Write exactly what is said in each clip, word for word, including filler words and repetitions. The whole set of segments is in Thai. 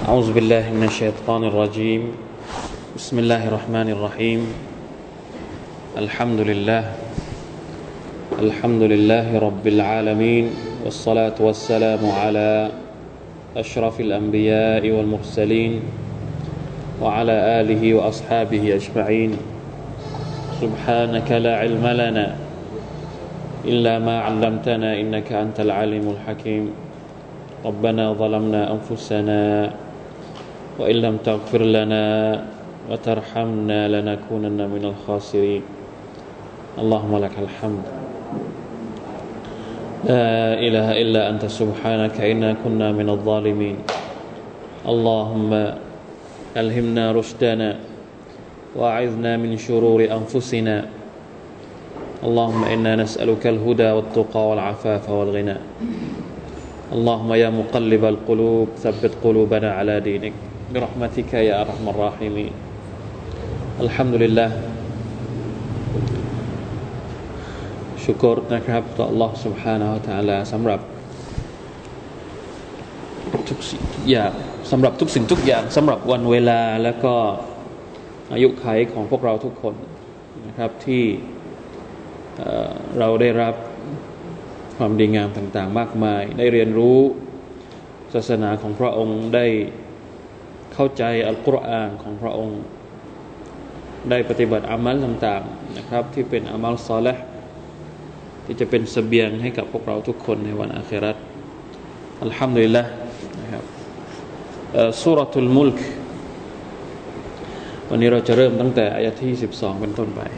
أعوذ بالله من الشيطان الرجيم بسم الله الرحمن الرحيم الحمد لله الحمد لله رب العالمين والصلاة والسلام على أشرف الأنبياء والمرسلين وعلى آله وأصحابه أجمعين سبحانك لا علم لنا إلا ما علمتنا إنك أنت العليم الحكيم ربنا ظلمنا أنفسنا وإن لم تغفر لنا وترحمنا لنكونن من الخاسرين اللهم لك الحمد لا إله إلا أنت سبحانك إنا كنا من الظالمين اللهم ألهمنا رشدنا وأعذنا من شرور أنفسنا اللهم إنا نسألك الهدى والتقى والعفاف والغنى اللهم يا مقلب القلوب ثبت قلوبنا على دينك برحمتك يا أرحم الراحمين الحمد لله ชุกรนะครับต่อ Allah سبحانه และ تعالى สำหรับทุกสิ่งทุกอย่างสำหรับทุกสิ่งทุกอย่างสำหรับวันเวลาและก็อายุขัยของพวกเราทุกคนนะครับที่เราได้รับความดีงามต่างๆมากมายได้เรียนรู้ศาสนาของพระองค์ได้เข้าใจอัลกุรอานของพระองค์ได้ปฏิบัติอามัลต่างๆนะครับที่เป็นอามัลศอลิฮ์ที่จะเป็นเสบียงให้กับพวกเราทุกคนในวันอาคิเราะห์อัลฮัมดุลิลละห์นะครับซูเราะตุลมุลกวันนี้เราจะเริ่มตั้งแต่อายะที่สิบสองเป็นต้นไป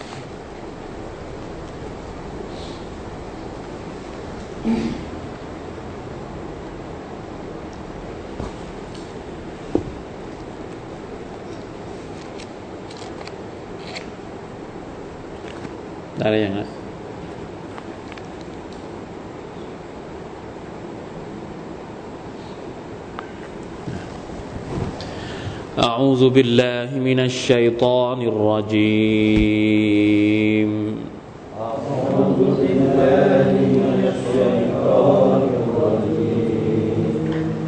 ได้แล้วยังนะأعوذ بالله من الشيطان الرجيم أعوذ بالله من الشيطان الرجيم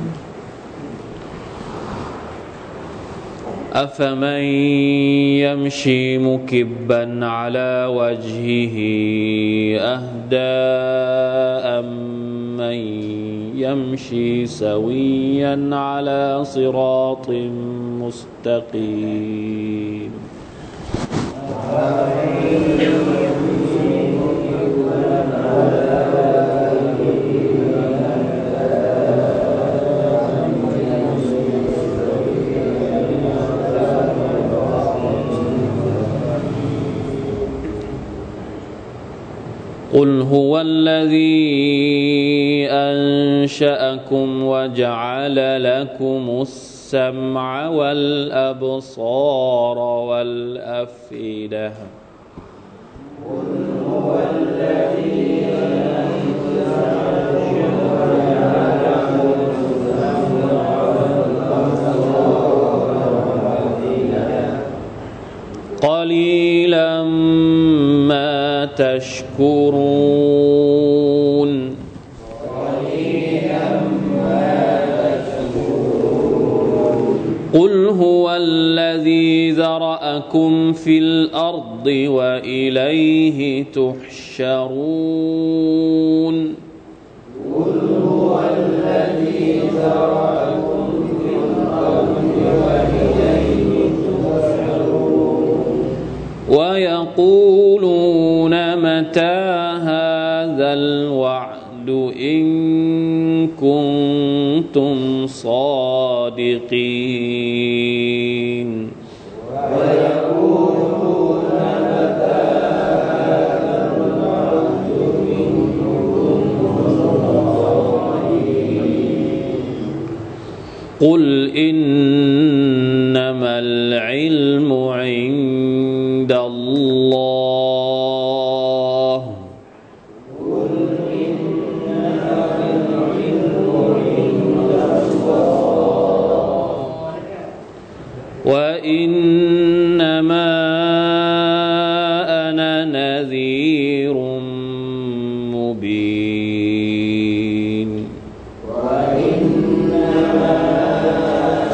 أفمن يمشي مكبا على وجهه أهدى أمن يمشي سويا على صراط مستقيم قل هو الذي أنشأكم وجعل لكم السمع والأبصار والأفئدة قل هو الذي أنشأكم وجعل لكم السمع والأبصار والأفئدة قليلا ما تشكرون قل هو الذي ذرأكم في الأرض وإليه تحشرون قل هو الذي ذرأكم في الأرض وإليه تحشرون ويقولون متى هذا الوعد إن كنتم صادقين ويقولون متى هذا الوعد إن كنتم صادقين قل إنما العلم عند الله قل إنما العلم عند الله وإنما أنا نذير مبين وإنما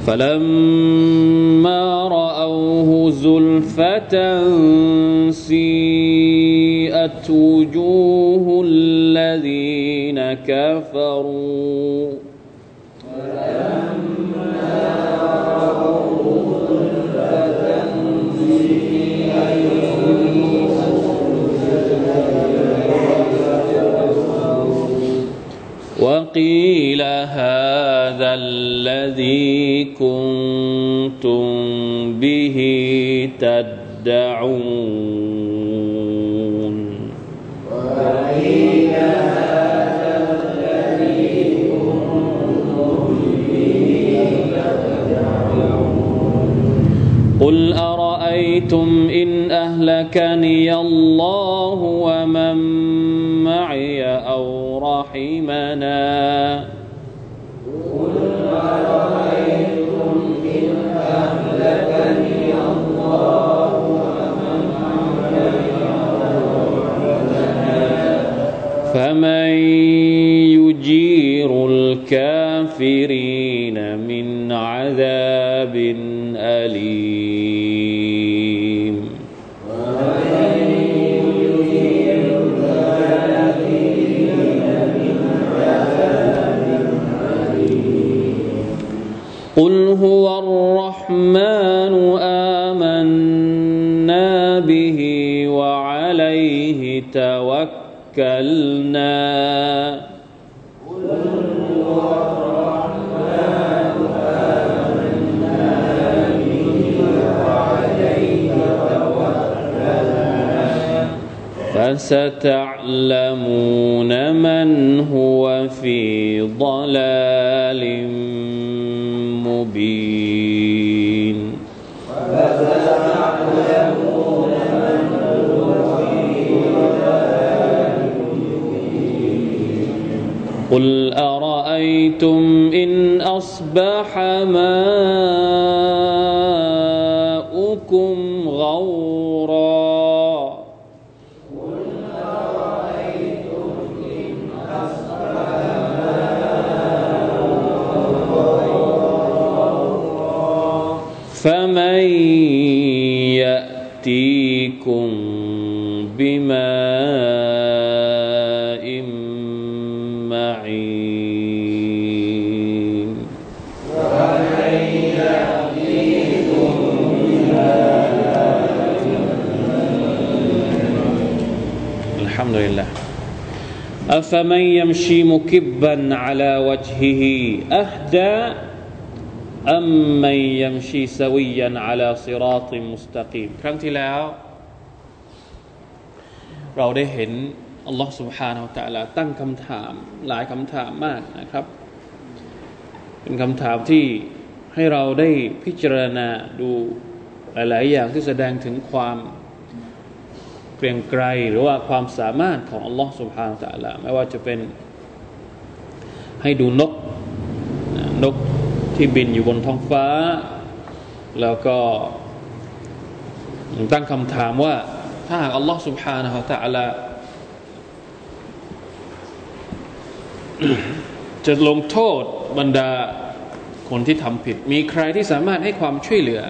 فلما رأوه زلفة سيئت وجوه الذين كفروا وقيل هذا الذي كنتم به تدعون وقيل هذا الذي كنتم به تدعون قل أرأيتم إن أهلكني الله ومن معي أو رحمنا قل أرأيتم إن أهلكني الله ومن معي أو رحمنا فمن يجير الكافرين من عذاب أليم قل هو الرحمن آمنا به وعليه توكلنا قل هو الرحمن آمنا به وعليه توكلنا فستعلمون من هو في ضلال مبين فستعلمون من هو في ضلال مبين قل أرأيتم إن أصبح ماؤكم غورا فمن يأتيكم بماء معين فمن يأتيكم بماء معين الحمد لله أفمن يمشي مكبا على وجهه أهدىอัมมัยยัมชีซะวิยันอะลาศิรอติมุสตะกีมครั้งที่แล้วเราได้เห็นอัลลอฮฺ سبحانه และ تعالى ตั้งคำถามหลายคำถามมากนะครับเป็นคำถามที่ให้เราได้พิจารณาดูหลายๆอย่างที่แสดงถึงความเกรียงไกรหรือว่าความสามารถของอัลลอฮฺ سبحانه และ تعالى ไม่ว่าจะเป็นให้ดูนกนกที่บินอยู่บนท้องฟ้าแล้วก็ตั้งคำถามว่าถ้าหากอัลลอฮฺ سبحانه และ تعالى จะลงโทษบรรดาคนที่ทำผิดมีใครที่สามารถให้ความช่วยเหลือ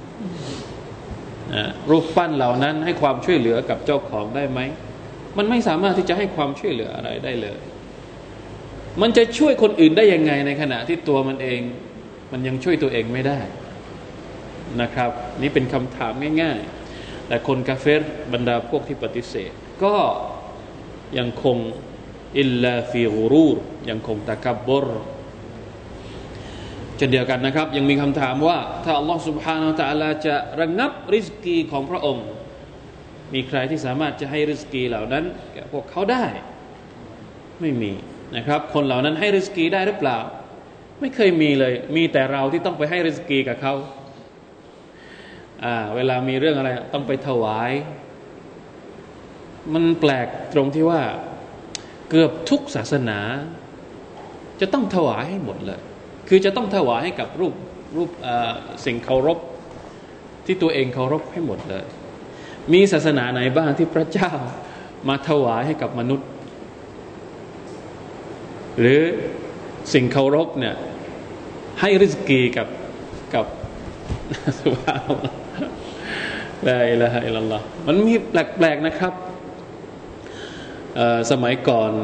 รูปปั้นเหล่านั้นให้ความช่วยเหลือกับเจ้าของได้ไหมมันไม่สามารถที่จะให้ความช่วยเหลืออะไรได้เลยมันจะช่วยคนอื่นได้ยังไงในขณะที่ตัวมันเองมันยังช่วยตัวเองไม่ได้นะครับนี่เป็นคำถามง่ายๆแต่คนกาเฟรบรรดาพวกที่ปฏิเสธก็ยังคงอิลลาฟีกุรูรยังคงตะกับบรเช่นเดียวกันนะครับยังมีคำถามว่าถ้าอัลลอฮฺ سبحانه และ تعالى จะระงับริสกีของพระองค์มีใครที่สามารถจะให้ริสกีเหล่านั้นแก่พวกเขาได้ไม่มีนะครับคนเหล่านั้นให้ริสกีได้หรือเปล่าไม่เคยมีเลยมีแต่เราที่ต้องไปให้ริสกีกับเขาอ่าเวลามีเรื่องอะไรต้องไปถวายมันแปลกตรงที่ว่าเกือบทุกศาสนาจะต้องถวายให้หมดเลยคือจะต้องถวายให้กับรูปรูปสิ่งเคารพที่ตัวเองเคารพให้หมดเลยมีศาสนาไหนบ้างที่พระเจ้ามาถวายให้กับมนุษย์หรือสิ่งเคารพเนี่ยให้ริสกีกับกับซุบฮานัลลอฮ์ลาอิลาฮะอิลลัลลอฮ์มันมีแปลกๆนะครับสมัยก่อน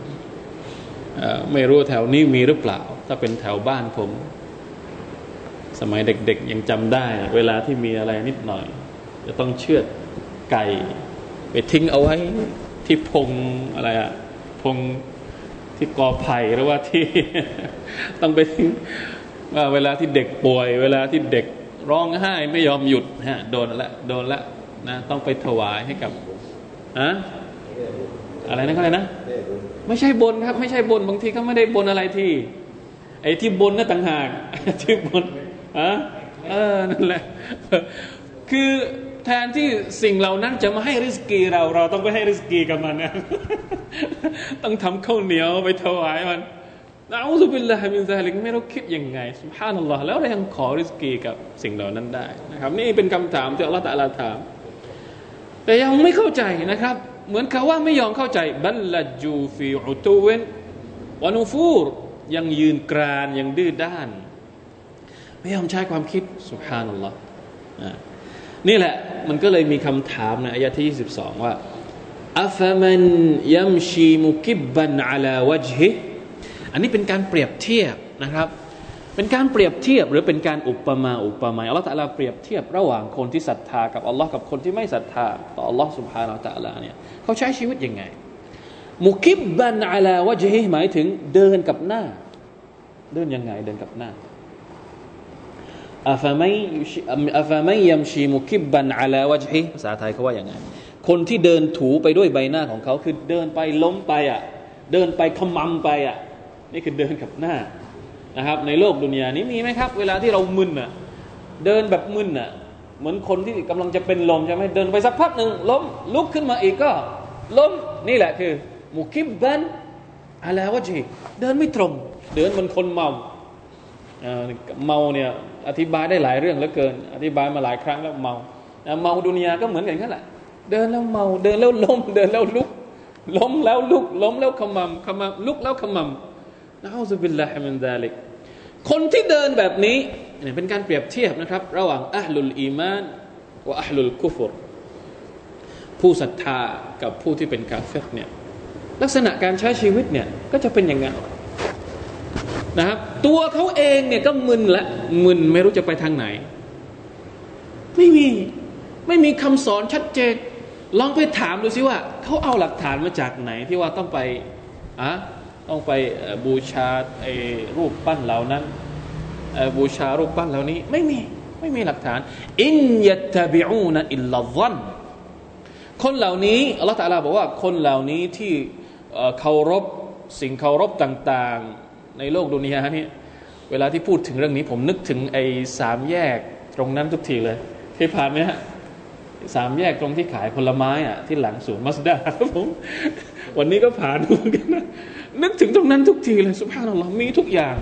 ไม่รู้แถวนี้มีหรือเปล่าถ้าเป็นแถวบ้านผมสมัยเด็กๆยังจำได้เวลาที่มีอะไรนิดหน่อยจะต้องเชือดไก่ไปทิ้งเอาไว้ที่พงอะไรอะพงที่กอไผ่หรือว่าที่ ต้องไปทิ้งว่าเวลาที่เด็กป่วยเวลาที่เด็กร้องไห้ไม่ยอมหยุดฮะโดนละโดนละนะต้องไปถวายให้กับอะอะไรนะอะไรนะไม่ใช่บนครับไม่ใช่บนบางทีก็ไม่ได้บนอะไรที่ไอ้ที่บนนั่นต่างหากที่บนอะเออนั่นแหละคือแทนที่สิ่งเหล่านั้นจะมาให้ริสกีเราเราต้องไปให้ริสกีกับมันนะต้องทำข้าวเหนียวไปถวายมันนะอูซุบิลลาฮิมินซาลิกไม่รู้คิดยังไงซุบฮานัลลอฮ์แล้วเรายังขอริสกีกับสิ่งเหล่านั้นได้นะครับนี่เป็นคำถามที่อัลเลาะห์ตะอาลาถามแต่ยังไม่เข้าใจนะครับเหมือนเขาว่าไม่ยอมเข้าใจบัลลัจูฟีอุตูวินวะนูฟูรยังยืนกรานยังดื้อด้านไม่ยอมใช้ความคิดซุบฮานัลลอฮ์นี่แหละมันก็เลยมีคำถามในอายะที่ยี่สิบสองว่าอัฟมันยัมชีมุกิบบันอะลาวะจฮิอันนี้เป็นการเปรียบเทียบนะครับเป็นการเปรียบเทียบหรือเป็นการอุปมาอุปไมยอัลเลาะห์ตะอาลาเปรียบเทียบระหว่างคนที่ศรัทธากับอัลเลาะห์กับคนที่ไม่ศรัทธาต่ออัลเลาะห์ซุบฮานะฮูวะตะอาลาเนี่ยเขาใช้ชีวิตยังไงมุกิบบันอะลาวะจฮิหมายถึงเดินกับหน้าเดินยังไงเดินกับหน้าอัฟมัยอัฟมัยยัมชีมุกิบบันอะลาวะจฮิภาษาไทยเขาว่าอย่างไงคนที่เดินถูไปด้วยใบหน้าของเขาคือเดินไปล้มไปอ่ะเดินไปขมำไปอ่ะนี่คือเดินกับหน้านะครับในโลกดุนยานี้มีไหมครับเวลาที่เรามึนอ่ะเดินแบบมึนอ่ะเหมือนคนที่กำลังจะเป็นลมใช่ไหมเดินไปสักพักหนึ่งล้มลุกขึ้นมาอีกก็ล้มนี่แหละคือมุกิบบันอะลาวะจฮิเดินไม่ตรงเดินเหมือนคนเมาเมาเนี่ยอธิบายได้หลายเรื่องเหลือเกินอธิบายมาหลายครั้งแล้วเมาเมาดุนยาก็เหมือนกันนั่นแหละเดินแล้วเมาเดินแล้วล้มเดินแล้วลุกล้มแล้วลุกล้มแล้วขมำขมำลุกแล้วขมำนะอูซุบิลลาฮิมินซาลิกคนที่เดินแบบนี้เนี่ยเป็นการเปรียบเทียบนะครับระหว่างอะห์ลุลอีมานกับอะห์ลุลกุฟรผู้ศรัทธากับผู้ที่เป็นกาเฟรเนี่ยลักษณะการใช้ชีวิตเนี่ยก็จะเป็นอย่างนั้นนะครับตัวเขาเองเนี่ยก็มึนละมึนไม่รู้จะไปทางไหนไม่มีไม่มีคำสอนชัดเจนลองไปถามดูสิว่าเขาเอาหลักฐานมาจากไหนที่ว่าต้องไปอ่ะต้องไปบูชาไอ้รูปปั้นเหล่านั้นบูชารูปปั้นเหล่านี้ไม่มีไม่มีหลักฐานอินยัตตะบิอูนอิลลัซอนคนเหล่านี้อัลเลาะห์ตะอาลาบอกว่าคนเหล่านี้ที่เคารพสิ่งเคารพต่างๆในโลกดุนยานี้เวลาที่พูดถึงเรื่องนี้ผมนึกถึงไอ้สามแยกตรงนั้นทุกทีเลยเคยผ่านไหมฮะสามแยกตรงที่ขายผลไม้อ่ะที่หลังสวนมัสดาครับผมวันนี้ก็ผ่านเหมือนกันนะนึกถึงตรงนั้นทุกทีเลยซุบฮานัลลอฮ์มีทุกอย่าง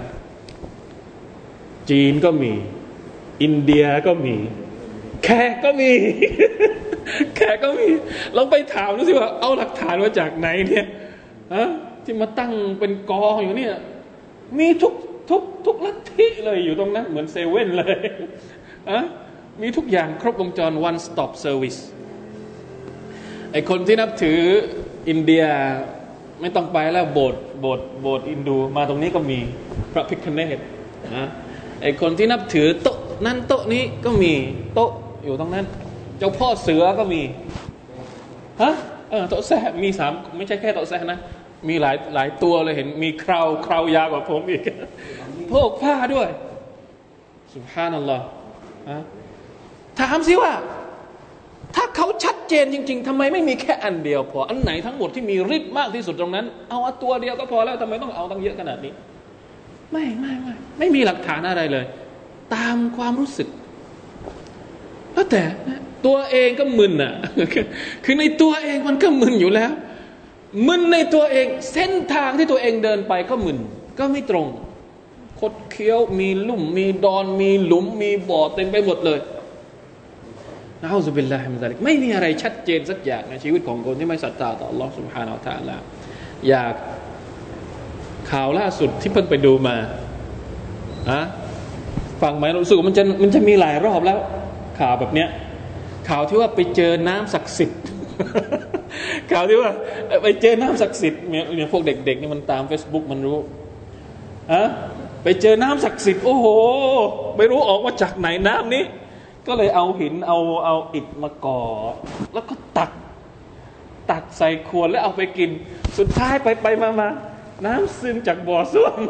จีนก็มีอินเดียก็มีแขกก็มีแขกก็มีลองไปถามดูสิว่าเอาหลักฐานมาจากไหนเนี่ยฮะที่มาตั้งเป็นกองอยู่เนี่ยมีทุกทุกทุกลัทธิเลยอยู่ตรงนั้นเหมือนเซเว่นเลยอะมีทุกอย่างครบวงจร one stop service ไอคนที่นับถืออินเดียไม่ต้องไปแล้วโบสถ์โบสถ์โบสถ์อินดูมาตรงนี้ก็มีพระพิฆเนศนะไอคนที่นับถือโต๊ะนั้นโต๊ะนี้ก็มีโต๊ะอยู่ตรงนั้นเจ้าพ่อเสือก็มีฮะเออโต๊ะแซะมีสามไม่ใช่แค่โต๊ะแซะนะมีหลายหลายตัวเลยเห็นมีเคราเครายาวกว่าผมอีกพวกผ้าด้วยซุบฮานัลลอฮ์ฮะถามสิว่าถ้าเขาชัดเจนจริงๆทำไมไม่มีแค่อันเดียวพออันไหนทั้งหมดที่มีฤทธิ์มากที่สุดตรงนั้นเอาตัวเดียวก็พอแล้วทำไมต้องเอาตั้งเยอะขนาดนี้ไม่ไม่ไม่ไม่มีหลักฐานอะไรเลยตามความรู้สึกแล้วแต่ตัวเองก็มึนอ่ะคือในตัวเองมันก็มึนอยู่แล้วมึนในตัวเองเส้นทางที่ตัวเองเดินไปก็มึนก็ไม่ตรงคดเคี้ยวมีลุ่มมีดอนมีหลุมมีบ่อเต็มไปหมดเลยนะอูซุบิลลาฮิมินซาลิกไม่มีอะไรชัดเจนสักอย่างในชีวิตของคนที่ไม่ศรัทธาต่ออัลเลาะห์ซุบฮานะฮูวะตะอาลาอยากข่าวล่าสุดที่เพิ่งไปดูมาอะฟังไหมรู้สึกว่ามันจะมันจะมีหลายรอบแล้วข่าวแบบเนี้ยข่าวที่ว่าไปเจอน้ำศักดิ์สิทธิ์ข่าวที่ว่าไปเจอน้ำศักดิ์สิทธิ์เนี่ยพวกเด็กๆนี่มันตาม Facebook มันรู้อะไปเจอน้ำศักดิ์สิทธิ์โอ้โหไม่รู้ออกมาจากไหนน้ำนี้ก็เลยเอาหินเอาเอาอิฐมาก่อแล้วก็ตักตักใส่ขวดแล้วเอาไปกินสุดท้ายไปไปมามาน้ำซึมจากบ่อส้วม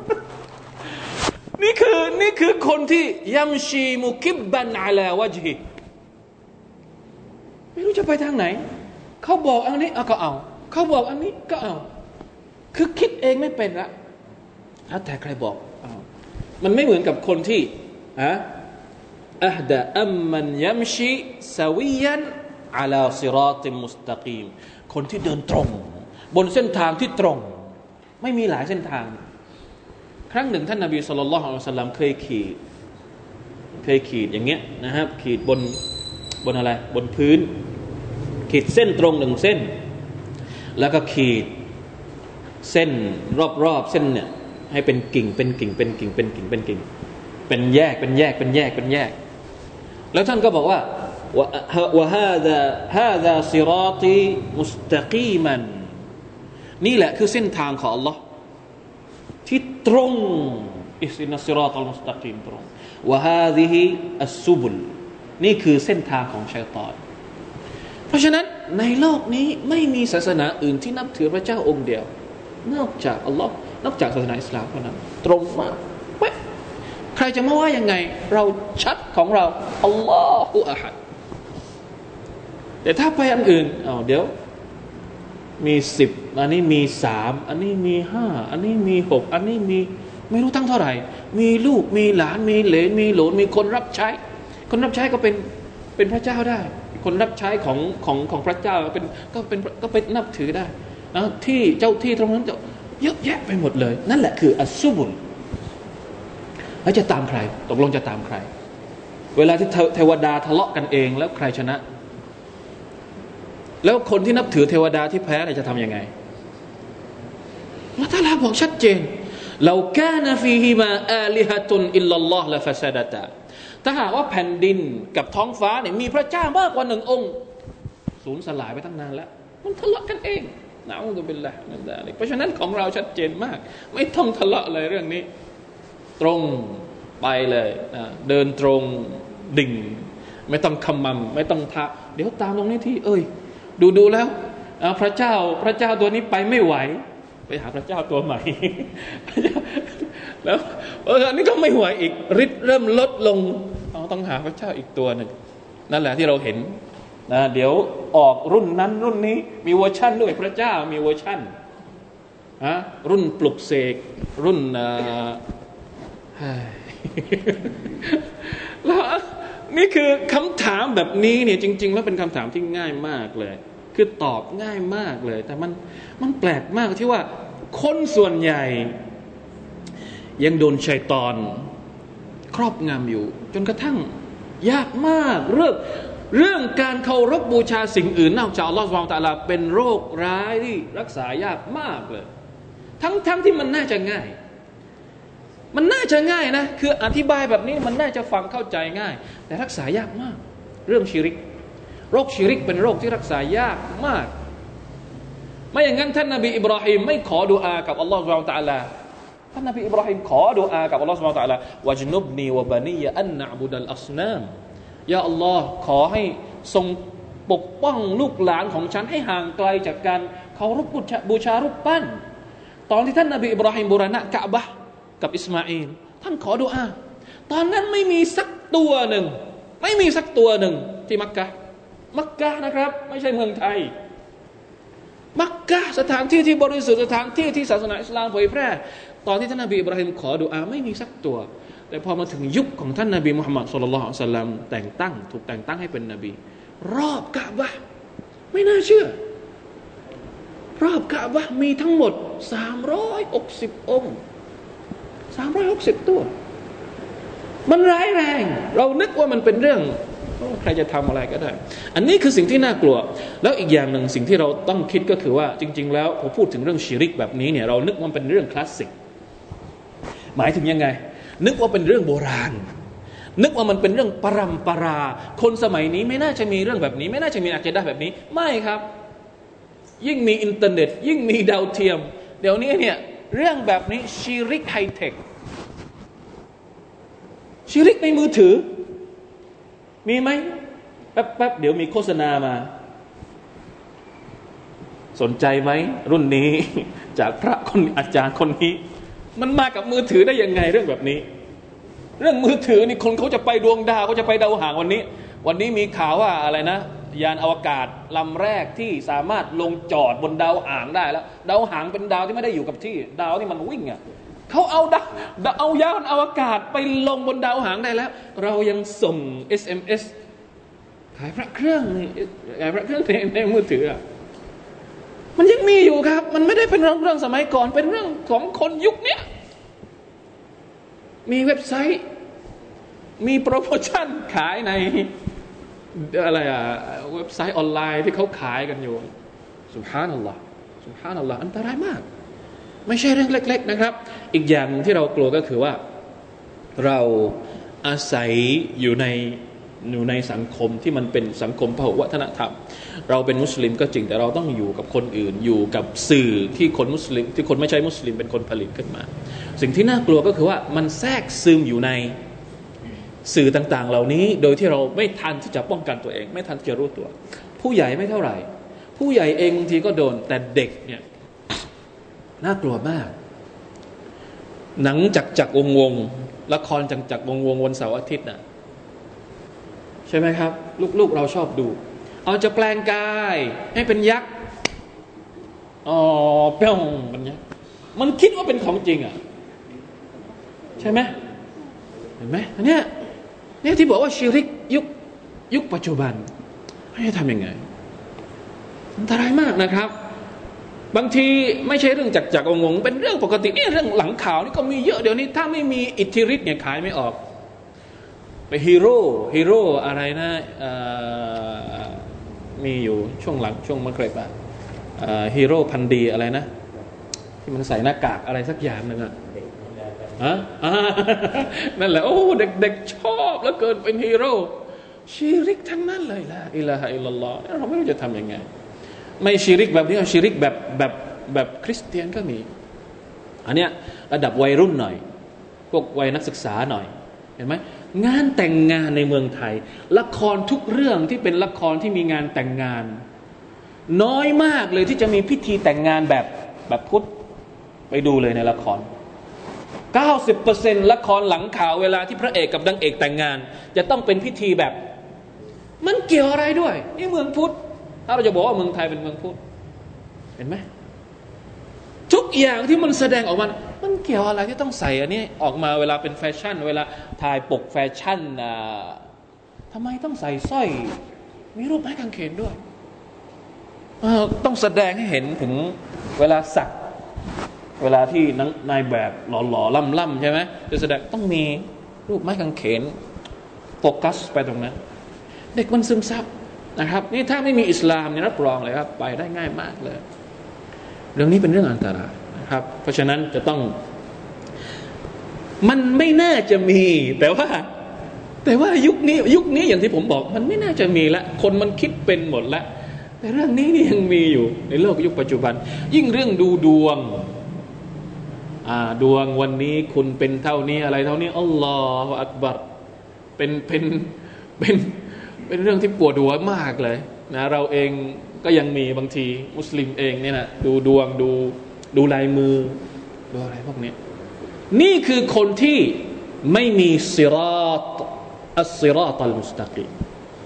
นี่คือนี่คือคนที่ยัมชีมุกิบบันอะลาวะจฮิไม่รู้จะไปทางไหนเขาบอกอันนี้เอาก็เอาเขาบอกอันนี้ก็เอาคือคิดเองไม่เป็นละแล้วแต่ใครบอกเอามันไม่เหมือนกับคนที่อะอะฮดะอัมมันยัมชีซาวิยันอะลาซิรอติมุสตะกีมคนที่เดินตรงบนเส้นทางที่ตรงไม่มีหลายเส้นทางครั้งหนึ่งท่านนบีศ็อลลัลลอฮุอะลัยฮิวะซัลลัมเคยขีดเคยขีดอย่างเงี้ยนะครับขีดบนบนอะไรบนพื้นขีดเส้นตรงหนึ่งเส้นแล้วก็ขีดเส้นรอบๆเส้นเนี่ยให้เป็นกิ่งเป็นกิ่งเป็นกิ่งเป็นกิ่งเป็นกิ่งเป็นแยกเป็นแยกเป็นแยกเป็นแยกแล้วท่านก็บอกว่าวะฮาซาฮาซาซิรอตีมุสตะกีมันนี่แหละคือเส้นทางของอัลลอฮ์ที่ตรงอิสนัสซิรอตัลมุสตะกีมตรงวะฮาซิฮิอัสซุบุลนี่คือเส้นทางของชัยฏอนเพราะฉะนั้นในโลกนี้ไม่มีศาสนาอื่นที่นับถือพระเจ้าองค์เดียวนอกจากอัลลอฮ์นอกจากศาสนาอิสลามเท่านั้นตรงมากไม่ใครจะมาว่ายังไงเราชัดของเราอัลลอฮุอะฮัดแต่ถ้าไปอันอื่นอ้าวเดี๋ยวมีสิบอันนี้มีสามอันนี้มีห้าอันนี้มีหกอันนี้มีไม่รู้ตั้งเท่าไหร่มีลูกมีหลานมีเหลนมีโหลนมีคนรับใช้คนรับใช้ก็เป็นเป็นพระเจ้าได้คนรับใช้ของของของพระเจ้าเป็นก็เป็นก็เป็นนับถือได้นะที่เจ้าที่ตรงนั้นจะเยอะแยะไปหมดเลยนั่นแหละคืออัสซุบุลแล้วจะตามใครตกลงจะตามใครเวลาที่เทวดาทะเลาะกันเองแล้วใครชนะแล้วคนที่นับถือเทวดาที่แพ้จะทำยังไงอัลลอฮฺตะอาลาบอกชัดเจนเรากานะฟีฮิมาอาลิฮะตุนอิลลัลลอฮ์ละฟะซะดะตะถ้าหากว่าแผ่นดินกับท้องฟ้าเนี่ยมีพระเจ้ามากกว่าหนึ่งองค์สูญสลายไปตั้งนานแล้วมันทะเลาะกันเองนะอูซุบิลลาฮิมินซาลิกเพราะฉะนั้นของเราชัดเจนมากไม่ต้องทะเลาะเลยเรื่องนี้ตรงไปเลยนะเดินตรงดิ่งไม่ต้องคำมั่มไม่ต้องทะเดี๋ยวตามตรงนี้ที่เอ้ยดูดูแล้วพระเจ้าพระเจ้าตัวนี้ไปไม่ไหวไปหาพระเจ้าตัวใหม่แล้วเอออันนี้ก็ไม่ไหวอีกฤทธิ์เริ่มลดลงต้องหาพระเจ้าอีกตัวหนึ่งนั่นแหละที่เราเห็นนะเดี๋ยวออกรุ่นนั้นรุ่นนี้มีเวอร์ชั่นด้วยพระเจ้ามีเวอร์ชั่นฮะรุ่นปลุกเสกรุ่นแล้วนี่คือคำถามแบบนี้เนี่ยจริงๆแล้วเป็นคำถามที่ง่ายมากเลยคือตอบง่ายมากเลยแต่มันมันแปลกมากที่ว่าคนส่วนใหญ่ยังโดนชัยฏอนครอบงำอยู่จนกระทั่งยากมากเรื่องเรื่องการเคารพบูชาสิ่งอื่นนอกจากอัลลอฮฺซุบฮานะฮูวะตะอาลาเป็นโรคร้ายที่รักษายากมากเลยทั้งทั้งที่มันน่าจะง่ายมันน่าจะง่ายนะคืออธิบายแบบนี้มันน่าจะฟังเข้าใจง่ายแต่รักษายากมากเรื่องชิริกโรคชิริกเป็นโรคที่รักษายากมากไม่อย่างนั้นท่านนบีอิบราฮิมไม่ขอดุอากับอัลลอฮฺซุบฮานะฮูวะตะอาลาท่านนบีอิบราฮิมขอดุอากับอัลลอฮฺซุบฮานะฮูวะตะอาลาวะจนุบนีวะบะนียะอันนะอ์บุดัลอัศนามยาอัลลอฮ์ขอให้ทรงปกป้องลูกหลานของฉันให้ห่างไกลจากการเคารพบูชารูปปั้นตอนที่ท่านนบีอิบราฮิมบูรณะกะอ์บะห์กับอิสมาอีลท่านขอดุอาตอนนั้นไม่มีสักตัวหนึ่งไม่มีสักตัวหนึ่งที่มักกะฮ์มักกะฮ์นะครับไม่ใช่เมืองไทยมักกะฮ์สถานที่ที่บริสุทธิ์สถานที่ที่ศาสนาอิสลามเผยแพร่ตอนที่ท่านนบีอิบราฮิมขอดุอาไม่มีสักตัวแต่พอมาถึงยุคของท่านนบีมุฮัมมัดศ็อลลัลลอฮุอะลัยฮิวะซัลลัมแต่งตั้งถูกแต่งตั้งให้เป็นนบีรอบกะอ์บะห์ไม่น่าเชื่อรอบกะอ์บะห์มีทั้งหมดสามร้อยหกสิบองค์สามร้อยหกสิบตัวมันร้ายแรงเรานึกว่ามันเป็นเรื่องใครจะทำอะไรก็ได้อันนี้คือสิ่งที่น่ากลัวแล้วอีกอย่างหนึ่งสิ่งที่เราต้องคิดก็คือว่าจริงๆแล้วพอพูดถึงเรื่องชิริกแบบนี้เนี่ยเรานึกว่าเป็นเรื่องคลาสสิกหมายถึงยังไงนึกว่าเป็นเรื่องโบราณนึกว่ามันเป็นเรื่องปรำปราคนสมัยนี้ไม่น่าจะมีเรื่องแบบนี้ไม่น่าจะมีอากีดะห์แบบนี้ไม่ครับยิ่งมีอินเทอร์เน็ตยิ่งมีดาวเทียมเดี๋ยวนี้เนี่ยเรื่องแบบนี้ชิริกไฮเทคชิริกในมือถือมีไหมแป๊บๆเดี๋ยวมีโฆษณามาสนใจไหมรุ่นนี้จากพระคนอาจารย์คนนี้มันมากับมือถือได้ยังไงเรื่องแบบนี้เรื่องมือถือนี่คนเขาจะไปดวงดาวเขาจะไปดาวหางวันนี้วันนี้มีข่าวว่าอะไรนะยานอวกาศลำแรกที่สามารถลงจอดบนดาวหางได้แล้วดาวหางเป็นดาวที่ไม่ได้อยู่กับที่ดาวที่มันวิ่งอ่ะเขาเอาดาวเอายานอวกาศไปลงบนดาวหางได้แล้วเรายังส่ง เอส เอ็ม เอส ขายพระเครื่องนี่ขายพระเครื่องในในมือถืออ่ะมันยังมีอยู่ครับมันไม่ได้เป็นเรื่องเรื่องสมัยก่อนเป็นเรื่องของคนยุคนี้มีเว็บไซต์มีโปรโมชั่นขายในอะไรอ่ะเว็บไซต์ออนไลน์ที่เขาขายกันอยู่ซุบฮานัลลอฮ์ซุบฮานัลลอฮ์อันตรายมากไม่ใช่เรื่องเล็กๆนะครับอีกอย่างที่เรากลัวก็คือว่าเราอาศัยอยู่ในอยู่ในสังคมที่มันเป็นสังคมพหุวัฒนธรรมเราเป็นมุสลิมก็จริงแต่เราต้องอยู่กับคนอื่นอยู่กับสื่อที่คนมุสลิมที่คนไม่ใช่มุสลิมเป็นคนผลิตขึ้นมาสิ่งที่น่ากลัวก็คือว่ามันแทรกซึมอยู่ในสื่อต่างๆเหล่านี้โดยที่เราไม่ทันที่จะป้องกันตัวเองไม่ทันที่จะรู้ตัวผู้ใหญ่ไม่เท่าไหร่ผู้ใหญ่เองบางทีก็โดนแต่เด็กเนี่ยน่ากลัวมากหนังจักรจักรวงวงละครจักรจักรวงวงวันเสาร์อาทิตย์น่ะใช่ไหมครับลูกๆเราชอบดูเอาจะแปลงกายให้เป็นยักษ์อ๋อเปี้ยงมันยักษ์มันคิดว่าเป็นของจริงอ่ะใช่ไหมเห็นไหมอันเนี้ยเนี่ยที่บอกว่าชิริกยุคยุคปัจจุบันให้ทำยังไงอันตรายมากนะครับบางทีไม่ใช่เรื่องจักรจักรวงศ์เป็นเรื่องปกติเนี่ยเรื่องหลังข่าวนี่ก็มีเยอะเดี๋ยวนี้ถ้าไม่มีอิทธิฤทธิ์เนี่ยขายไม่ออกไปฮีโร่ฮีโร่อะไรนะมีอยู่ช่วงหลังช่วงมักริบอ่ะฮีโร่พันดีอะไรนะที่มันใส่หน้ากากอะไรสักอย่างนึงอ่ะฮะนั่นแหละโอ้เด็กๆชอบแล้วเกินเป็นฮีโร่ชิริกทั้งนั้นเลยละอิลาฮะอิลลัลลอฮ์เราไม่รู้จะทำยังไงไม่ชิริกแบบนี้ชิริกแบบแบบแบบคริสเตียนก็มีอันเนี้ยระดับวัยรุ่นหน่อยพวกวัยนักศึกษาหน่อยเห็นไหมงานแต่งงานในเมืองไทยละครทุกเรื่องที่เป็นละครที่มีงานแต่งงานน้อยมากเลยที่จะมีพิธีแต่งงานแบบแบบพุทธไปดูเลยในละคร เก้าสิบเปอร์เซ็นต์ ละครหลังข่าวเวลาที่พระเอกกับนางเอกแต่งงานจะต้องเป็นพิธีแบบมันเกี่ยวอะไรด้วยนี่เมืองพุทธถ้าเราจะบอกว่าเมืองไทยเป็นเมืองพุทธเห็นไหมทุกอย่างที่มันแสดงออกมามันเกี่ยวอะไรที่ต้องใส่อันนี้ออกมาเวลาเป็นแฟชั่นเวลาถ่ายปกแฟชั่นอ่าทำไมต้องใส่สร้อยมีรูปไม้กางเขนด้วยต้องแสดงให้เห็นถึงเวลาสักเวลาที่นายแบบหล่อๆล่ำๆใช่ไหมจะแสดงต้องมีรูปไม้กางเขนโฟกัสไปตรงนั้นเด็กมันซึมซับนะครับนี่ถ้าไม่มีอิสลามเนี่ยรับรองเลยครับไปได้ง่ายมากเลยเรื่องนี้เป็นเรื่องอันตรายนะครับเพราะฉะนั้นจะต้องมันไม่น่าจะมีแต่ว่าแต่ว่ายุคนี้ยุคนี้อย่างที่ผมบอกมันไม่น่าจะมีละคนมันคิดเป็นหมดละแต่เรื่องนี้นี่ยังมีอยู่ในโลกยุคปัจจุบันยิ่งเรื่องดูดวงอ่าดวงวันนี้คุณเป็นเท่านี้อะไรเท่านี้อัลลอฮฺอักบัรเป็นเป็นเป็นเป็นเรื่องที่ปวดหัวมากเลยนะเราเองก็ยังมีบางทีมุสลิมเองเนี่ยนะดูดวงดูดูลายมือดูอะไรพวกนี้นี่คือคนที่ไม่มีซิรอตอัสซิรอตัลมุสตะกีม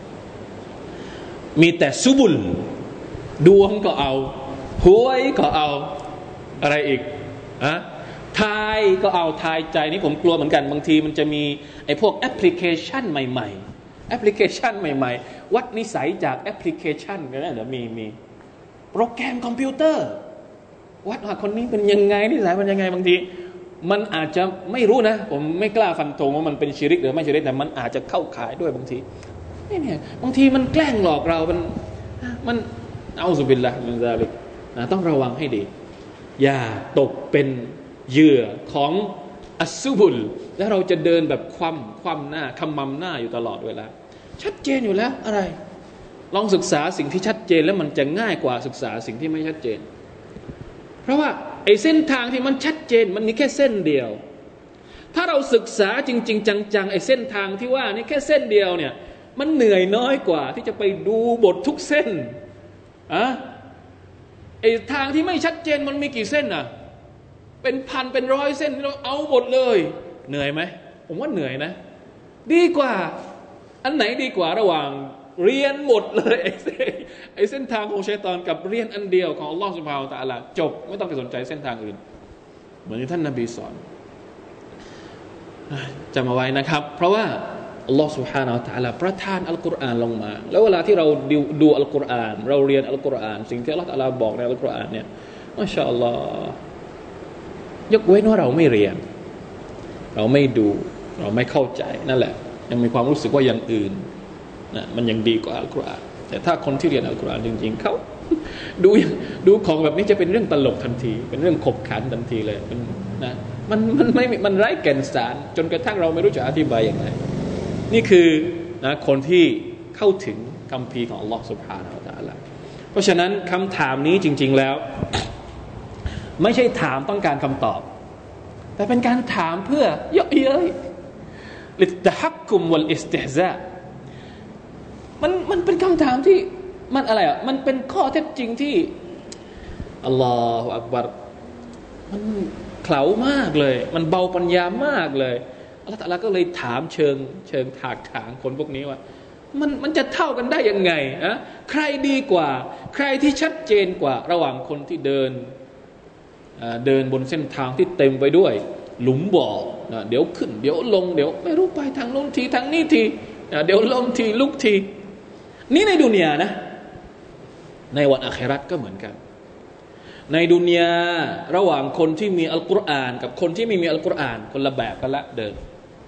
มีแต่ซุบุลดวงก็เอาหวยก็เอาอะไรอีกอะทายก็เอาทายใจนี่ผมกลัวเหมือนกันบางทีมันจะมีไอ้พวกแอปพลิเคชันใหม่ๆแอปพลิเคชันใหม่ๆวัดนิสัยจากแอปพลิเคชันก็ได้เดี๋ยวมีมีโปรแกรมคอมพิวเตอร์วัดว่าคนนี้เป็นยังไงนิสัยเป็นยังไงบางทีมันอาจจะไม่รู้นะผมไม่กล้าฟันธงว่ามันเป็นชิริกหรือไม่ชิริกแต่มันอาจจะเข้าขายด้วยบางทีนี่เนี่ยบางทีมันแกล้งหลอกเรามันมันเอาซุบิลละมินซาลิกนะต้องระวังให้ดีอย่าตกเป็นเหยื่อของอัสซุบุลและเราจะเดินแบบคว่ำคว่ำหน้าขมำหน้าอยู่ตลอดเวลาชัดเจนอยู่แล้วอะไรลองศึกษาสิ่งที่ชัดเจนแล้วมันจะง่ายกว่าศึกษาสิ่งที่ไม่ชัดเจนเพราะว่าไอ้เส้นทางที่มันชัดเจนมันมีแค่เส้นเดียวถ้าเราศึกษาจริงๆจังๆไอ้เส้นทางที่ว่านี่แค่เส้นเดียวเนี่ยมันเหนื่อยน้อยกว่าที่จะไปดูบททุกเส้นอะไอ้ทางที่ไม่ชัดเจนมันมีกี่เส้นอ่ะเป็นพันเป็นร้อยเส้นเราเอาหมดเลยเหนื่อยไหมผมว่าเหนื่อยนะดีกว่าอันไหนดีกว่าระหว่างเรียนหมดเลยไอ้เส้นไอ้เส้นทางของชัยฏอนกับเรียนอันเดียวของอัลลอฮฺซุบฮานะฮูวะตะอาลาจบไม่ต้องไปสนใจเส้นทางอื่นเหมือนที่ท่านนบีสอนจำเอาไว้นะครับเพราะว่าอัลลอฮฺ سبحانه และ تعالى ประทานอัลกุรอานลงมาแล้วเวลาที่เราดูดูอัลกุรอานเราเรียนอัลกุรอานสิ่งที่อัลลอฮฺ تعالى บอกในอัลกุรอานเนี่ยมาชาอัลลอฮฺยกเว้นว่าเราไม่เรียนเราไม่ดูเราไม่เข้าใจนั่นแหละยังมีความรู้สึกว่าอย่างอื่นนะมันยังดีกว่าอัลกุรอานแต่ถ้าคนที่เรียนอัลกุรอานจริงๆเขาดูดูของแบบนี้จะเป็นเรื่องตลกทันทีเป็นเรื่องขบขันทันทีเลยเป็นนะมันมันไม่มันไร้แก่นสารจนกระทั่งเราไม่รู้จะอธิบายอย่างไรนี่คือนะคนที่เข้าถึงคัมภีร์ของอัลลอฮฺ سبحانه และ تعالى เพราะฉะนั้นคำถามนี้จริงๆแล้วไม่ใช่ถามต้องการคำตอบแต่เป็นการถามเพื่อเยาะเย้ยลิตะฮักกุมวัลอิสติฮซามันมันเป็นคำถามที่มันอะไรอ่ะมันเป็นข้อเท็จจริงที่อัลลอฮฺอักบัรมันเขลามากเลยมันเบาปัญญามากเลยอัลลอฮฺตะอาลาก็เลยถามเชิงเชิงถากถางคนพวกนี้ว่ามันมันจะเท่ากันได้ยังไงอะใครดีกว่าใครที่ชัดเจนกว่าระหว่างคนที่เดินเดินบนเส้นทางที่เต็มไปด้วยหลุมบ่อนะเดี๋ยวขึ้นเดี๋ยวลงเดี๋ยวไม่รู้ไปทางโน้นทีทางนี้ทีเดี๋ยวล้มทีลุกทีนี่ในดุนยานะในวันอาคิเราะห์ก็เหมือนกันในดุนยาระหว่างคนที่มีอัลกุรอานกับคนที่ไม่มีอัลกุรอานคนละแบบกันละเดิน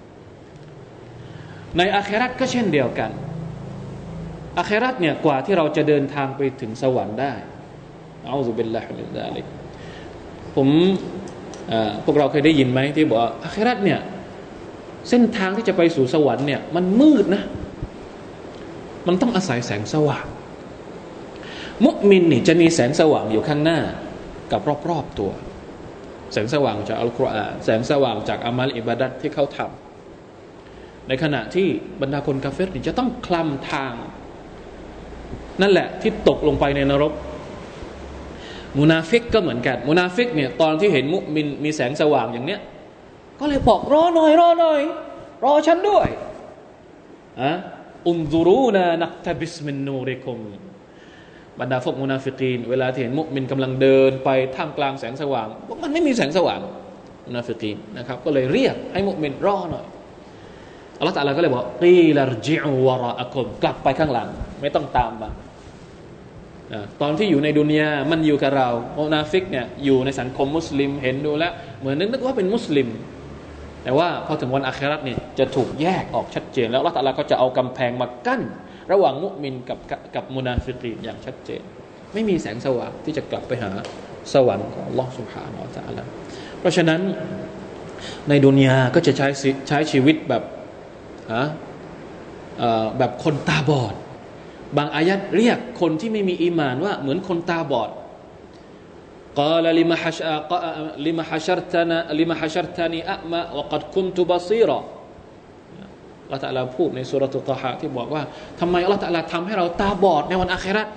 ในอาคิเราะห์ก็เช่นเดียวกันอาคิเราะห์เนี่ยกว่าที่เราจะเดินทางไปถึงสวรรค์ได้อะอูซุบิลลาฮิมินซาลิกผมพวกเราเคยได้ยินไหมที่บอกอาคิเราะห์เนี่ยเส้นทางที่จะไปสู่สวรรค์เนี่ยมันมืดนะมันต้องอาศัยแสงสว่างมุมินนี่จะมีแสงสว่างอยู่ข้างหน้ากับรอบๆตัวแสงสว่างจากอัลกุรอานแสงสว่างจากอามัลอิบาดัตที่เขาทำในขณะที่บรรดาคนกาเฟรนี่จะต้องคลำทางนั่นแหละที่ตกลงไปในนรกมุนาฟิกก็เหมือนกันมุนาฟิกเนี่ยตอนที่เห็นมุมินมีแสงสว่างอย่างเนี้ยก็เลยบอกรอหน่อยรอหน่อยรอฉันด้วยอะอุนซุรูนานักตะบิสมินนูริกุมบรรดาพวกมุนาฟิกีนเวลาที่เห็นมุมินกำลังเดินไปท่ามกลางแสงสว่างพวกมันไม่มีแสงสว่างมุนาฟิกีนนะครับก็เลยเรียกให้มุมินรอหน่อยอัลเลาะห์ตะอาลาก็เลยบอกกีลารจิอูวะรออะกุมกลับไปข้างหลังไม่ต้องตามมาตอนที่อยู่ในดุนยามันอยู่กับเรามุนาฟิกเนี่ยอยู่ในสังคมมุสลิมเห็นดูแล้วเหมือนนึกว่าเป็นมุสลิมแต่ว่าพอถึงวันอาคิเราะห์เนี่ยจะถูกแยกออกชัดเจนแล้วอัลเลาะห์ตะอาลาก็จะเอากำแพงมากั้นระหว่างมุมินกับกับมุนาฟิกีนอย่างชัดเจนไม่มีแสงสว่างที่จะกลับไปหาสวรรค์ของอัลเลาะห์ซุบฮานะฮูวะตะอาลาเพราะฉะนั้นในดุนยาก็จะใช้ใช้ชีวิตแบบฮะแบบคนตาบอดบางอายัดเรียกคนที่ไม่มีอีหม่านว่าเหมือนคนตาบอดกาลลิมะฮัชลิมะฮัชรตนะลิมะฮัชรตานีอะมะวะกัดกุนตุบะซีรออัลเลาะห์ตะอาลาพูดในซูเราะตุฏฏอฮาที่บอกว่าทำไมอัลเลาะห์ตะอาลาทำให้เราตาบอดในวันอาคิเราะห์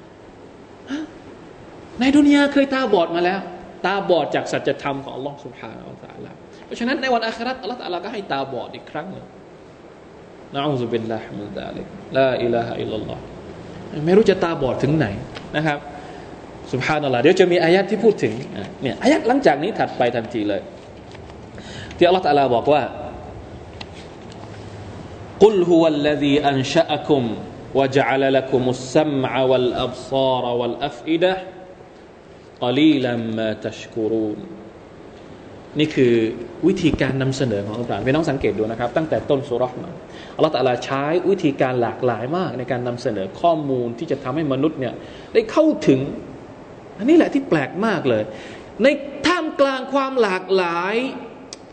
ในดุนยาเคยตาบอดมาแล้วตาบอดจากสัจธรรมของอัลเลาะห์ซุบฮานะฮูวะตะอาลาเพราะฉะนั้นในวันอาคิเราะห์อัลเลาะห์ตะอาลาก็ให้ตาบอดอีกครั้งนึงนะอูซุบิลลาฮิมินซาลิกลาอิลาฮะอิลลัลลอฮไม่รู้จะตาบอดถึงไหนนะครับซุบฮานัลลอฮ์เดี๋ยวจะมีอายะห์ที่พูดถึงเนี่ยอายะห์หลังจากนี้ถัดไปทันทีเลยที่อัลเลาะห์ตะอาลาบอกว่ากุลฮุวัลลซีอันชะอะกุมวะจะอะละละกุมุสซัมอะวัลอับศาระวัลอัฟอิดะฮ์กะลีลัมมาตัชกุรูนนี่คือวิธีการนำเสนอของอัลกุรอานพี่น้องสังเกตดูนะครับตั้งแต่ต้นซูเราะห์มาอัลเลาะห์ตะอาลาใช้วิธีการหลากหลายมากในการนำเสนอข้อมูลที่จะทำให้มนุษย์เนี่ยได้เข้าถึงอันนี้แหละที่แปลกมากเลยในท่ามกลางความหลากหลาย